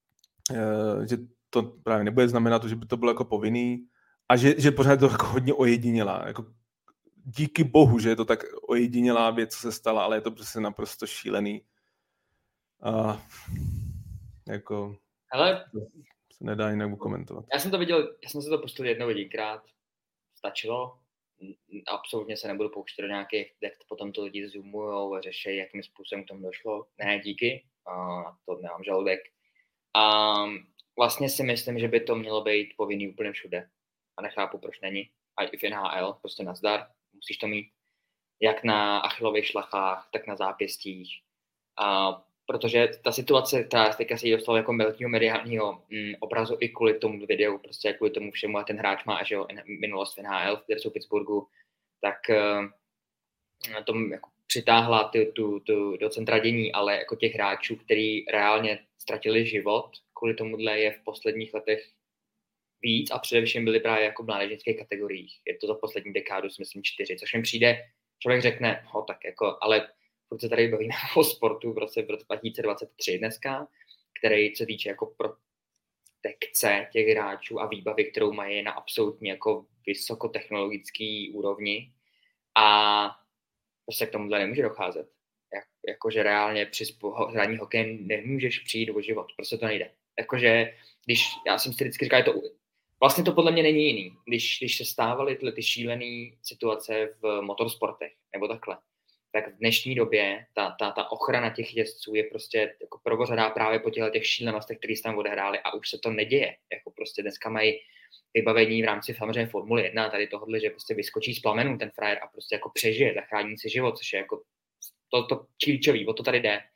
to právě nebude znamenat, že by to bylo jako povinný a že pořád je to jako hodně ojedinělá. Jako díky bohu, že je to tak ojedinělá věc, co se stala, ale je to prostě naprosto šílený. A jako... Ale se nedá jinak komentovat. Já jsem to viděl, já jsem se to pustil jedinkrát, stačilo, absolutně se nebudu pouštět do nějakých, jak potom to lidi zoomujou a řeší, jakým způsobem k tomu došlo. Ne, díky, to nemám žaludek. A vlastně si myslím, že by to mělo být povinný úplně všude. A nechápu, proč není. A i v NHL, prostě nazdar, musíš to mít. Jak na achilových šlachách, tak na zápěstích. Protože ta situace, která teďka se jí dostala jako velkého mediálního obrazu i kvůli tomu videu, prostě kvůli tomu všemu, a ten hráč má že jo, minulost v NHL, v v Pittsburghu, tak to jako přitáhla do centra dění, ale jako těch hráčů, kteří reálně ztratili život, kvůli tomuhle je v posledních letech víc a především byli právě jako v mládežnických kategoriích. Je to za poslední dekádu, si myslím 4, což mi přijde, člověk řekne, tak jako, ale pokud se tady bavíme o sportu v roce 2023 dneska, který se týče jako protekce těch hráčů a výbavy, kterou mají na absolutně jako vysokotechnologický úrovni a prostě k tomuhle nemůže docházet. Jakože reálně při hraní hokeje nemůžeš přijít o život, prostě to nejde. Jakože, já jsem si vždycky říkal, vlastně to podle mě není jiný, když se stávaly ty šílené situace v motorsportech, nebo takhle, tak v dnešní době ta ochrana těch jezdců je prostě jako prvořadá právě po těch šílenostech, které se tam odehrály a už se to neděje. Jako prostě dneska mají vybavení v rámci samozřejmě Formule 1 tady tohle, že prostě vyskočí z plamenů ten frajer a prostě jako přežije, zachrání si život, což je jako to klíčový, o to tady jde.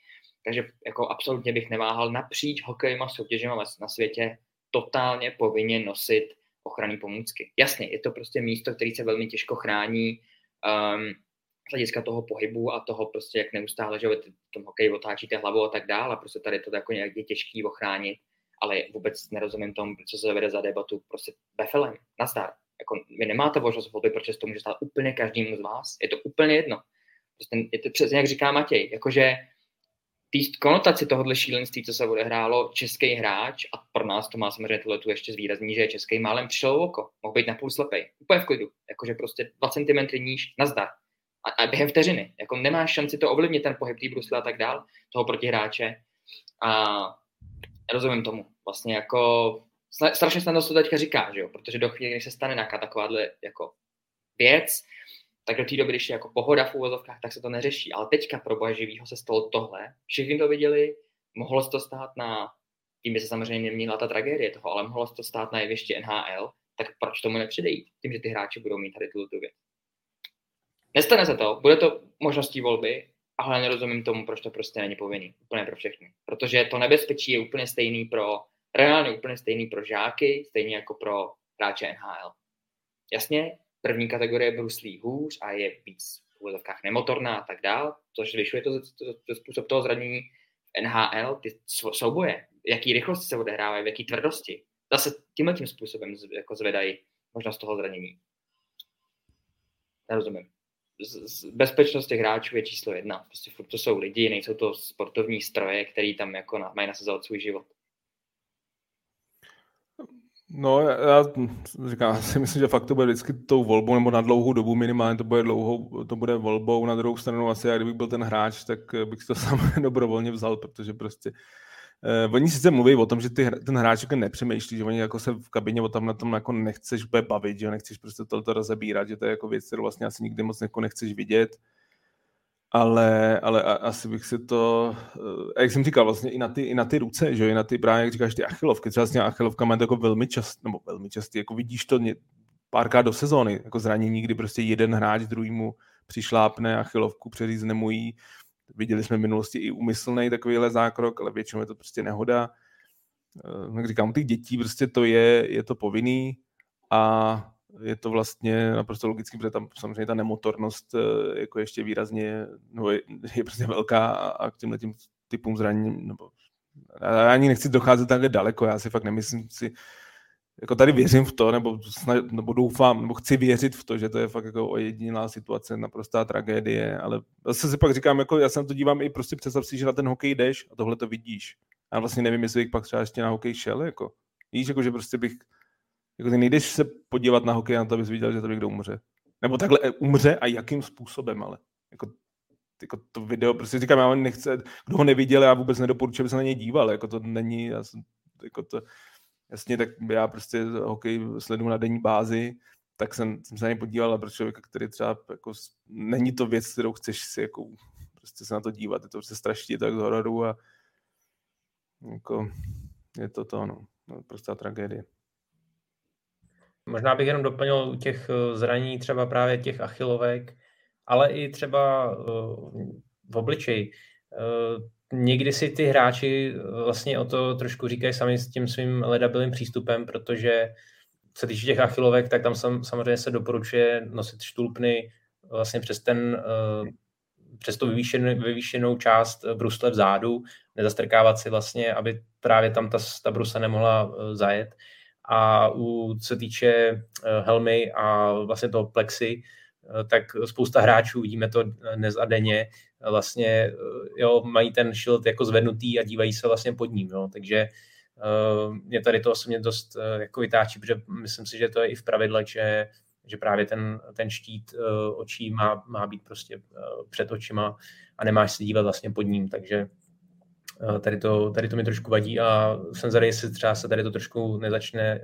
Takže jako absolutně bych neváhal napříč hokejima soutěžima na světě totálně povinně nosit ochranné pomůcky. Jasně, je to prostě místo, které se velmi těžko chrání z hlediska toho pohybu a toho prostě, jak neustále, že v tom hokeji otáčíte hlavu a tak dále, a prostě tady to jako nějak je těžký ochránit, ale vůbec nerozumím tomu, co se vede za debatu, prostě befelem, nazdar. Jako, vy nemáte možnost volby, protože to může stát úplně každému z vás, je to úplně jedno. Prostě je to přesně, jak říká Matěj, jakože tý konotaci tohohle šílenství, co se odehrálo, český hráč, a pro nás to má samozřejmě tu ještě zvýrazní, že je český, málem přišel oko, mohl být napůl slepej, úplně v klidu, jakože prostě 2 cm níž, nazdar. A během vteřiny, jako nemáš šanci to ovlivnit, ten pohyb té brusle a tak dál, toho protihráče. A rozumím tomu, vlastně jako strašně snadno se to teďka říká, že jo, protože do chvíli, kdy se stane nějaká takováhle jako věc, tak do té doby, když je jako pohoda v úvozovkách, tak se to neřeší. Ale teďka pro boha živýho se stalo tohle. Všichni to viděli, mohlo se to stát tím by se samozřejmě neměla ta tragédie toho, ale mohlo se to stát na jevišti NHL, tak proč tomu nepředejít? Tím, že ty hráči budou mít tady tu věc. Nestane se to, bude to možností volby, ale nerozumím tomu, proč to prostě není povinný. Úplně pro všechny. Protože to nebezpečí je úplně stejný reálně úplně stejný pro žáky, stejně jako pro hráče NHL. Jasně, první kategorie bruslí hůř a je víc v úvodovkách nemotorná a tak dál, což zvyšuje to způsob toho zranění. V NHL ty souboje, jaký rychlosti se odehrávají, v jaký tvrdosti, zase tímhletím způsobem jako zvedají možnost toho zranění. Nerozumím. Bezpečnost těch hráčů je číslo 1. Prostě furt to jsou lidi, nejsou to sportovní stroje, který tam jako mají nasazovat svůj život. No, já říkám, si myslím, že fakt to bude vždycky tou volbou, nebo na dlouhou dobu minimálně to bude volbou. Na druhou stranu asi, kdybych byl ten hráč, tak bych si to sám dobrovolně vzal, protože prostě oni sice mluví o tom, že ten hráč jako nepřemýšlí, že oni jako se v kabině o tom na tom jako nechceš úplně bavit, že nechceš prostě tohle rozebírat, že to je jako věc, kterou vlastně asi nikdy moc jako nechceš vidět. Ale asi bych si to, jak jsem říkal, vlastně i na ty ruce, že i na ty právě, jak říkáš, ty achilovky, třeba s těmi achilovkami jako velmi častý, jako vidíš to párkrát do sezóny, jako zranění, kdy prostě jeden hráč druhýmu přišlápne achilovku, přeřízne mu jí. Viděli jsme v minulosti i úmyslný takovýhle zákrok, ale většinou je to prostě nehoda. Jak říkám, u těch dětí prostě to je to povinný a je to vlastně naprosto logicky, protože tam samozřejmě ta nemotornost jako ještě výrazně je prostě velká a k těmhletím typům zranění, nebo já ani nechci docházet takhle daleko, já si fakt nemyslím si, jako tady věřím v to, nebo doufám, nebo chci věřit v to, že to je fakt jako ojedinělá situace, naprostá tragédie, ale zase si pak říkám, jako já se na to dívám i prostě představ si, že na ten hokej jdeš a tohle to vidíš. Já vlastně nevím, jestli bych pak třeba ještě na hokej šel, jako. Víš, jako že prostě bych jako ty nejdeš se podívat na hokej na to, abys viděl, že tady kdo umře. Nebo takhle umře a jakým způsobem, ale jako to video, prostě říkám, já nechce, kdo ho neviděl, já vůbec nedoporučuji, aby se na něj díval, jako to není, jasně, tak já prostě hokej sleduju na denní bázi, tak jsem se na něj podíval, ale pro člověka, který třeba jako, není to věc, kterou chceš si jako prostě se na to dívat, je to prostě strašně tak z hororu a jako je to no prostá tragédie. Možná bych jenom doplnil u těch zranění třeba právě těch achilovek, ale i třeba v obličeji. Někdy si ty hráči vlastně o to trošku říkají sami s tím svým ledabilým přístupem, protože co se týče těch achilovek, tak tam samozřejmě se doporučuje nosit štulpny vlastně přes tu vyvýšenou část brusle vzadu, nezastrkávat si vlastně, aby právě tam ta brusle nemohla zajet. A co se týče helmy a vlastně toho plexy, tak spousta hráčů, vidíme to dnes a denně, vlastně mají ten šilt jako zvednutý a dívají se vlastně pod ním. Jo. Takže mě tady to osobně dost jako vytáčí, protože myslím si, že to je i v pravidle, že právě ten štít očí má být prostě před očima a nemáš se dívat vlastně pod ním, takže tady to mi trošku vadí a jsem zvědavý, jestli třeba se tady to trošku nezačne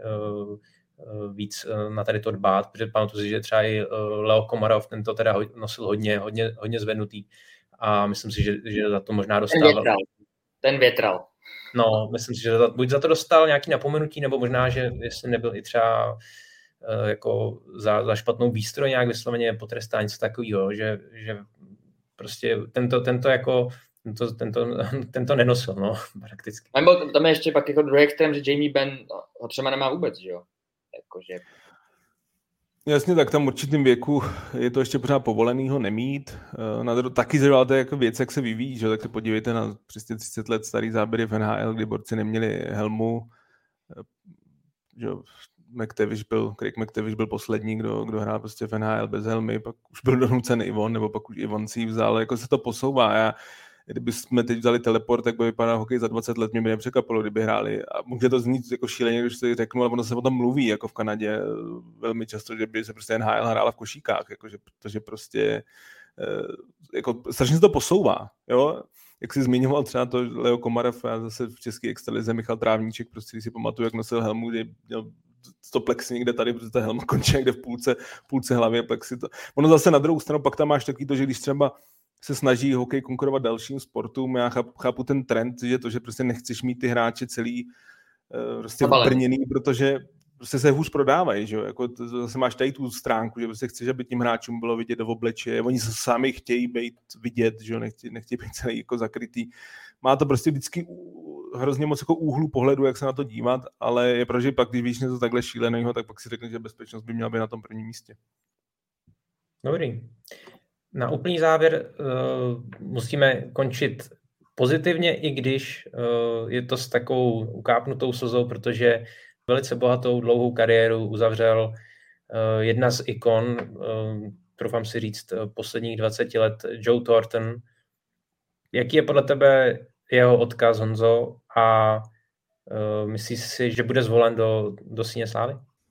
víc na tady to dbát, protože pamatuju si, že třeba i Leo Komarov ten to teda nosil hodně zvednutý a myslím si, že za to možná dostal. Ten větral. No, myslím si, že buď za to dostal nějaký napomenutí, nebo možná, že jestli nebyl i třeba jako za špatnou výstroj nějak vysloveně potrestán, něco takového, že prostě tento jako ten to nenosil, no, prakticky. Nebo tam je ještě pak jako druhý extrém, že Jamie Benn ho třeba nemá vůbec, že jo? Jakože... Jasně, tak tam v určitým věku je to ještě pořád povolený ho nemít. Taky zajímavé jako věc, jak se vyvíjí, že? Tak se podívejte na přesně 30 let starý záběry v NHL, kdy borci neměli helmu. Že Craig McTavish byl poslední, kdo hrál prostě v NHL bez helmy, pak už byl donucen Ivon, nebo pak už Ivon si ji vzal, jako se to posouvá. Kdybychom teď vzali teleport, tak by vypadal hokej za 20 let, mě by nepřekvapilo, kdyby hráli. A může to znít jako šíleně, když si řeknu, ale ono se o tom mluví, jako v Kanadě velmi často, že by se prostě NHL hrála v košíkách, jakože, protože prostě jako strašně se to posouvá, jo. Jak jsi zmiňoval třeba to Leo Komarev, a zase v české extralize Michal Trávníček, prostě když si pamatuju, jak nosil helmu, kdy měl to plexi někde tady, protože ta helma končí někde v půlce hlavy plexi. Ono zase na druhou stranu, pak tam máš taky to, že když třeba se snaží hokej konkurovat dalším sportům, já chápu ten trend, že to, že prostě nechceš mít ty hráče celý prostě uprněný, protože prostě se hůř prodávají, že jo, jako zase máš tady tu stránku, že prostě chceš, aby tím hráčům bylo vidět do obličeje, oni se sami chtějí být vidět, že jo, nechtějí být celý jako zakrytý. Má to prostě vždycky hrozně moc jako úhlu pohledu, jak se na to dívat, ale je pravda, že pak, když víš něco takhle šíleného, tak pak si řekneš, že bezpečnost by měla být na tom prvním místě. Dobrý. Na úplný závěr musíme končit pozitivně, i když je to s takovou ukápnutou slzou, protože velice bohatou dlouhou kariéru uzavřel jedna z ikon, troufám si říct, posledních 20 let, Joe Thornton. Jaký je podle tebe jeho odkaz, Honzo, a myslíš si, že bude zvolen do síně slávy?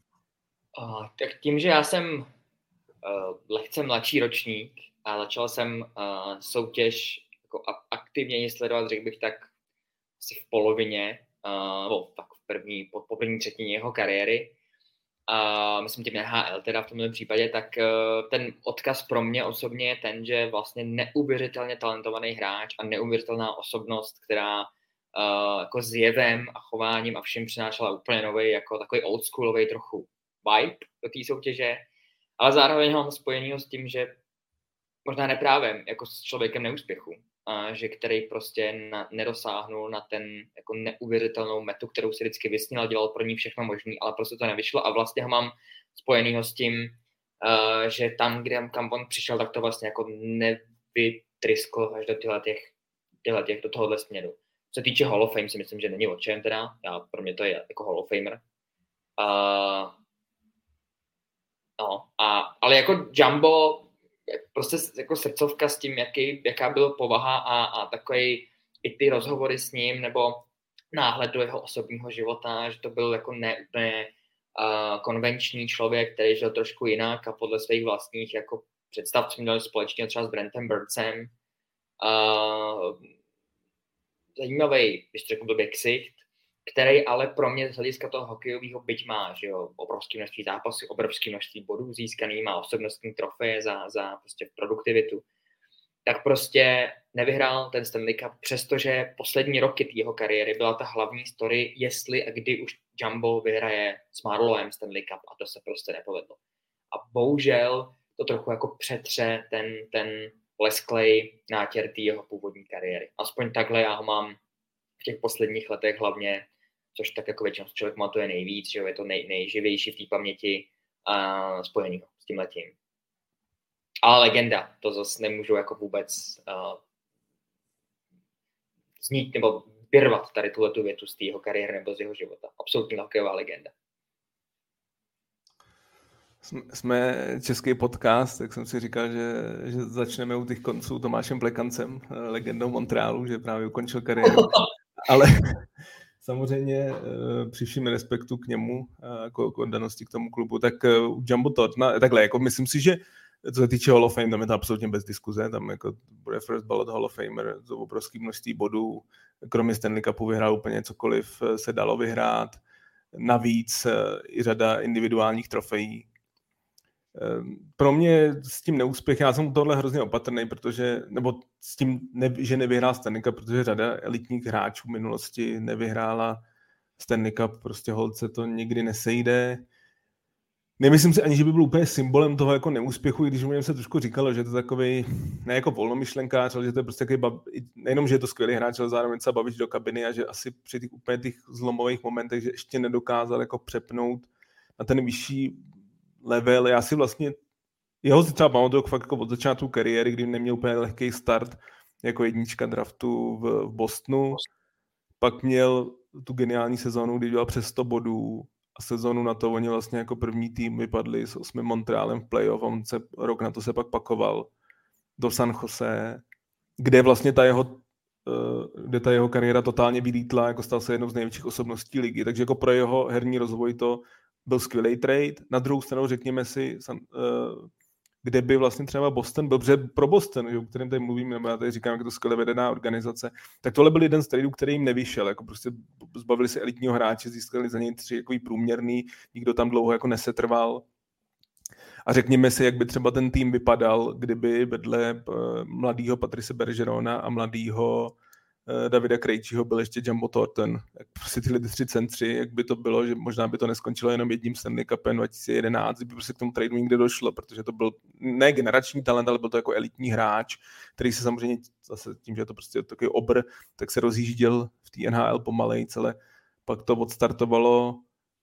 Tak tím, že já jsem lehce mladší ročník a začal jsem soutěž jako aktivně sledovat, řekl bych tak asi v polovině, nebo tak po první třetině jeho kariéry, myslím tím NHL teda v tomhle případě, tak ten odkaz pro mě osobně je ten, že vlastně neuvěřitelně talentovaný hráč a neuvěřitelná osobnost, která jako s jevem a chováním a všem přinášela úplně nový, jako takový oldschoolový trochu vibe do té soutěže, ale zároveň ho mám spojenýho s tím, že možná neprávem, jako s člověkem neúspěchu, že který prostě nedosáhnul na ten jako neuvěřitelnou metu, kterou si vždycky vysnil, dělal pro ní všechno možný, ale prostě to nevyšlo a vlastně ho mám spojenýho s tím, že tam, kam on přišel, tak to vlastně jako nevytrysklo až do tohohle směru. Co se týče Hall of Fame, si myslím, že není o čem teda, pro mě to je jako Hall of Famer. Ale jako Jumbo, prostě jako srdcovka s tím, jaká byla povaha a takový i ty rozhovory s ním, nebo náhled do jeho osobního života, že to byl jako neúplně konvenční člověk, který žil trošku jinak a podle svých vlastních jako představ, co měl společně třeba s Brentem Birdsem. Zajímavý, když to řeknu blbě, ksicht, který ale pro mě z hlediska toho hokejového byť má, že jo, obrovské množství zápasů, obrovské množství bodů získaný, má osobnostní trofeje za prostě produktivitu, tak prostě nevyhrál ten Stanley Cup, přestože poslední roky jeho kariéry byla ta hlavní story, jestli a kdy už Jumbo vyhraje s Marlowem Stanley Cup a to se prostě nepovedlo. A bohužel to trochu jako přetře ten lesklej nátěr té jeho původní kariéry. Aspoň takhle já ho mám v těch posledních letech hlavně, což tak jako většinou člověk matuje nejvíc, že je to nejživější v té paměti spojenýho s tímhletím. Ale legenda, to zase nemůžu jako vůbec znít nebo vyrvat tady tuhletu větu z jeho kariéry nebo z jeho života. Absolutně hokejová legenda. Jsme český podcast, tak jsem si říkal, že začneme u těch konců Tomášem Plekancem, legendou Montrealu, že právě ukončil kariéru. Ale samozřejmě při vším respektu k němu, jako oddanosti k tomu klubu, tak Jumbo Thorntona, takhle, jako myslím si, že co se týče Hall of Fame, tam je to absolutně bez diskuze, tam jako bude first ballot Hall of Famer, to obrovský množství bodů, kromě Stanley Cupu vyhrál úplně cokoliv se dalo vyhrát, navíc i řada individuálních trofejí. Pro mě s tím neúspěch, já jsem u tohle hrozně opatrný, nebo s tím, že nevyhrál Stanley Cup, protože řada elitních hráčů v minulosti nevyhrála Stanley Cup, prostě holce to nikdy nesejde. Nemyslím si ani, že by byl úplně symbolem toho jako neúspěchu, i když mě se trošku říkalo, že je to takový, ne jako volnomyšlenkář, ale že to je prostě takový, nejenom, že je to skvělý hráč, ale zároveň se bavíš do kabiny a že asi při těch úplně těch zlomových momentech, že ještě nedokázal jako přepnout na ten vyšší level. Já si vlastně, jeho si třeba pamatuju fakt jako od začátku kariéry, kdy neměl úplně lehký start jako jednička draftu v Bostonu, pak měl tu geniální sezónu, kdy dělal přes 100 bodů, a sezonu na to oni vlastně jako první tým vypadli s 8 Montrealem v playoff a on se rok na to se pak pakoval do San Jose, kde vlastně ta jeho kariéra totálně vylítla, jako stal se jednou z největších osobností ligy, takže jako pro jeho herní rozvoj to byl skvělý trade. Na druhou stranu řekněme si, kde by vlastně třeba Boston byl, protože pro Boston, o kterém tady mluvím, nebo já tady říkám, jak je to skvěle vedená organizace, tak tohle byl jeden z tradeů, který jim nevyšel, jako prostě zbavili se elitního hráče, získali za něj 3 jako průměrný, nikdo tam dlouho jako nesetrval. A řekněme si, jak by třeba ten tým vypadal, kdyby vedle mladýho Patrice Bergerona a mladýho Davida Krejčího byl ještě Jumbo Thornton. Jak prostě tyhle 3 centři, jak by to bylo, že možná by to neskončilo jenom jedním Stanley Cupem 2011, by prostě k tomu tradu nikde došlo, protože to byl ne generační talent, ale byl to jako elitní hráč, který se samozřejmě zase tím, že je to prostě takový obr, tak se rozjížděl v té NHL pomalej, celé pak to odstartovalo.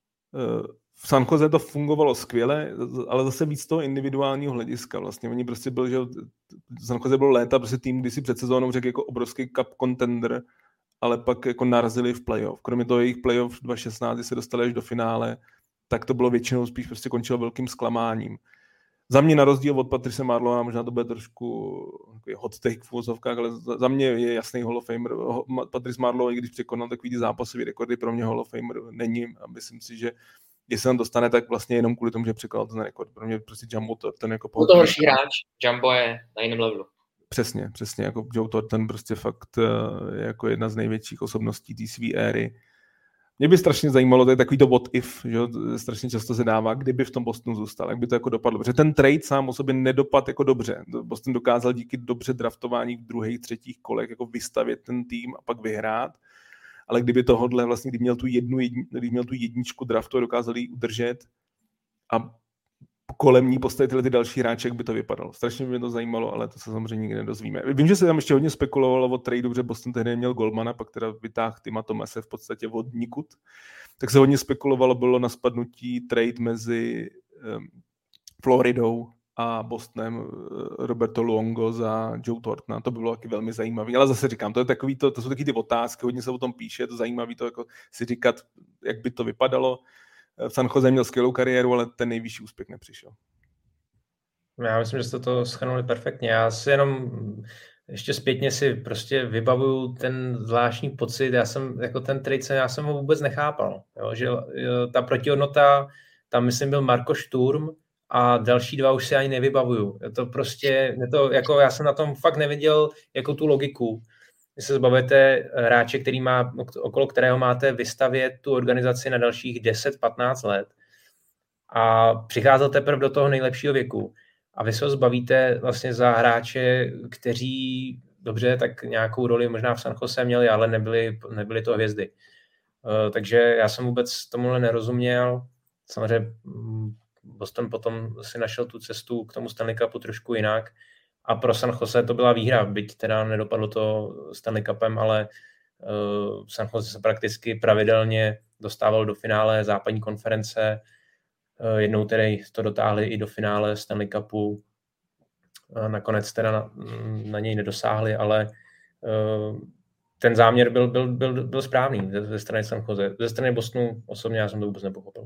V San Jose to fungovalo skvěle, ale zase víc toho individuálního hlediska. Vlastně oni prostě byl, že San Jose bylo léta, prostě tým, kdy si před sezónou řekl jako obrovský cup contender, ale pak jako narazili v playoff. Kromě toho jejich playoff 2016, kdy se dostali až do finále, tak to bylo většinou spíš prostě končilo velkým zklamáním. Za mě na rozdíl od Patrice Marleaua, možná to bude trošku hot take v úvozovkách, ale za mě je jasný Hall of Famer. Patrice Marleau, i když překonal takový zápasový rekordy, pro mě Hall of Famer není a myslím si, že jestli on dostane, tak vlastně jenom kvůli tomu, že překonal ten rekord. Pro mě prostě Jumbo Thornton jako to horší hráč, Jumbo je na jiném levelu. Přesně, jako Joe Thornton prostě fakt je jako jedna z největších osobností té své éry. Mě by strašně zajímalo, to je takový to what if, že strašně často se dává, kdyby v tom Bostonu zůstal, jak by to jako dopadlo. Protože ten trade sám o sobě nedopadl jako dobře. Boston dokázal díky dobře draftování v druhých, třetích kolech jako vystavět ten tým a pak vyhrát. Ale kdyby tohodle vlastně, když měl tu jedničku draftu a dokázal ji udržet a kolem ní postavit tyhle ty další hráče, jak by to vypadalo. Strašně by mě to zajímalo, ale to se samozřejmě nikdy nedozvíme. Vím, že se tam ještě hodně spekulovalo o tradu, protože Boston tehdy měl Goldmana, pak teda vytáhl Tima Thomase v podstatě od nikud. Tak se hodně spekulovalo, bylo na spadnutí trade mezi Floridou a Bostonem Roberto Luongo za Joe Thorntona. To bylo taky velmi zajímavé. Ale zase říkám, to jsou taky ty otázky, hodně se o tom píše, je to zajímavé to jako si říkat, jak by to vypadalo. V San Jose měl skvělou kariéru, ale ten nejvyšší úspěch nepřišel. Já myslím, že jste to shrnuli perfektně. Já si jenom ještě zpětně si prostě vybavuju ten zvláštní pocit. Já jsem ho vůbec nechápal. Jo? Že ta protihodnota, tam myslím byl Marco Sturm a další 2 už si ani nevybavuju. To prostě, jako já jsem na tom fakt neviděl jako tu logiku. Vy se zbavíte hráče, okolo kterého máte vystavět tu organizaci na dalších 10-15 let a přicházel teprve do toho nejlepšího věku. A vy se ho zbavíte vlastně za hráče, kteří dobře, tak nějakou roli možná v San Jose měli, ale nebyly to hvězdy. Takže já jsem vůbec tomuhle nerozuměl. Samozřejmě Boston potom si našel tu cestu k tomu Stanley Cupu trošku jinak. A pro San Jose to byla výhra, byť teda nedopadlo to Stanley Cupem, ale San Jose se prakticky pravidelně dostával do finále západní konference. Jednou tedy to dotáhli i do finále Stanley Cupu. Nakonec teda na něj nedosáhli, ale ten záměr byl správný ze strany San Jose. Ze strany Bostonu osobně já jsem to vůbec nepochopil.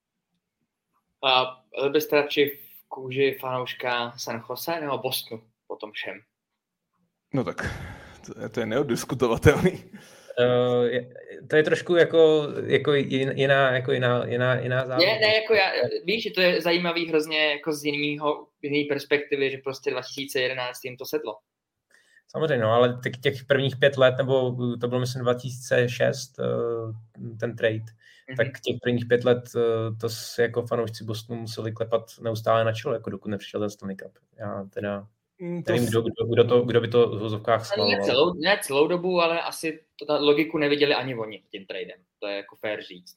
A byste radši v kůži fanouška San Jose nebo Bostonu po tom všem? No tak, to je neoddiskutovatelný. To je trošku jako jiná záležitost. Ne, jako víš, že to je zajímavý hrozně jako z jiné perspektivy, že prostě 2011 jim to sedlo. Samozřejmě, no, ale těch prvních 5 let, nebo to bylo myslím 2006, ten trade, tak těch prvních 5 let to se jako fanoušci Bostonu museli klepat neustále na čelo, jako dokud nepřišel ten Stanley Cup. Já teda nevím, kdo by to v vozovkách schvaloval. Ne celou dobu, ale asi ta logiku neviděli ani oni tím tradem. To je jako fair říct. No.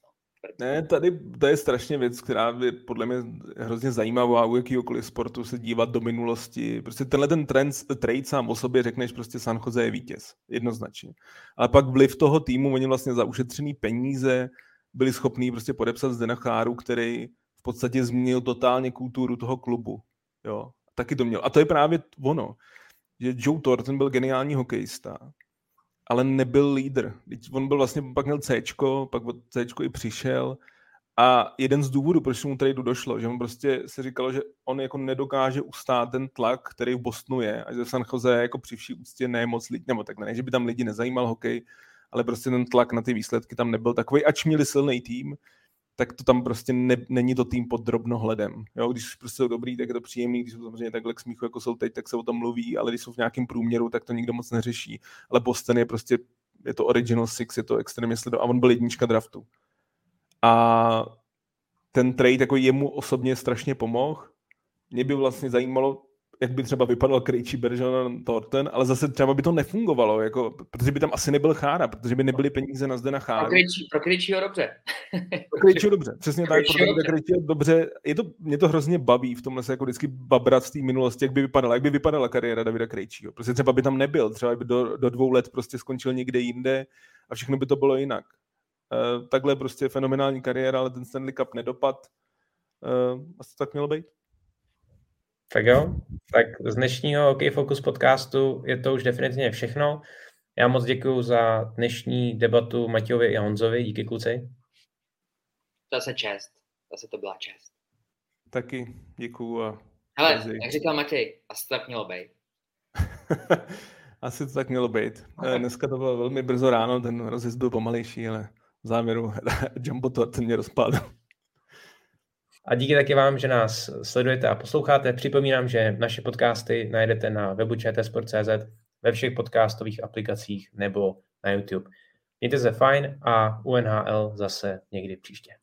Ne, tady to je strašně věc, která je podle mě hrozně zajímavá u jakýhokoliv sportu se dívat do minulosti. Prostě tenhle ten trade sám o sobě řekneš prostě San Jose je vítěz, jednoznačně. Ale pak vliv toho týmu, oni vlastně za ušetřený peníze byli schopní prostě podepsat Zdena Cháru, který v podstatě změnil totálně kulturu toho klubu. Jo, taky to měl. A to je právě ono, že Joe Thornton byl geniální hokejista, ale nebyl lídr. On byl vlastně, pak měl Cčko, pak od Cčko i přišel a jeden z důvodů, proč mu tradu došlo, že on prostě se říkalo, že on jako nedokáže ustát ten tlak, který v Bostonu je a že San Jose jako při vší úctě ne moc lidí, nebo tak ne, že by tam lidi nezajímal hokej, ale prostě ten tlak na ty výsledky tam nebyl takový, ač měli silný tým, tak to tam prostě není to tým pod drobnohledem. Jo, když prostě jsou dobrý, tak je to příjemný, když jsou samozřejmě takhle k smíchu, jako jsou teď, tak se o tom mluví, ale když jsou v nějakém průměru, tak to nikdo moc neřeší. Ale Boston je prostě, je to Original Six, je to extrémně sledovaný a on byl jednička draftu. A ten trade jako jemu osobně strašně pomohl. Mě by vlastně zajímalo, jak by třeba vypadal Krejčí, Bergeron, Thornton, ale zase třeba by to nefungovalo, jako, protože by tam asi nebyl Chára, protože by nebyly peníze na Zdena Cháru. Pro Krejčího dobře. Pro Krejčího dobře, přesně tak, pro Krejčího dobře. Mě to hrozně baví v tomhle se jako vždycky babrat z té minulosti, jak by vypadala kariéra Davida Krejčího. Prostě třeba by tam nebyl, třeba by do 2 let prostě skončil někde jinde a všechno by to bylo jinak. Takhle prostě fenomenální kariéra, ale ten Stanley Cup nedopad. Asi tak mělo být. Tak jo, tak z dnešního Hokej Focus podcastu je to už definitivně všechno. Já moc děkuju za dnešní debatu Matějovi i Honzovi. Díky, kluci. Zase čest. Zase to byla čest. Taky děkuju. Hele, jak říkal Matěj, asi to tak mělo být. Asi to tak mělo být. Dneska to bylo velmi brzo ráno, ten rozjezd byl pomalejší, ale v závěru Jumbo Thornton mě rozpadl. A díky taky vám, že nás sledujete a posloucháte. Připomínám, že naše podcasty najdete na webu čtsport.cz, ve všech podcastových aplikacích nebo na YouTube. Mějte se fajn a u NHL zase někdy příště.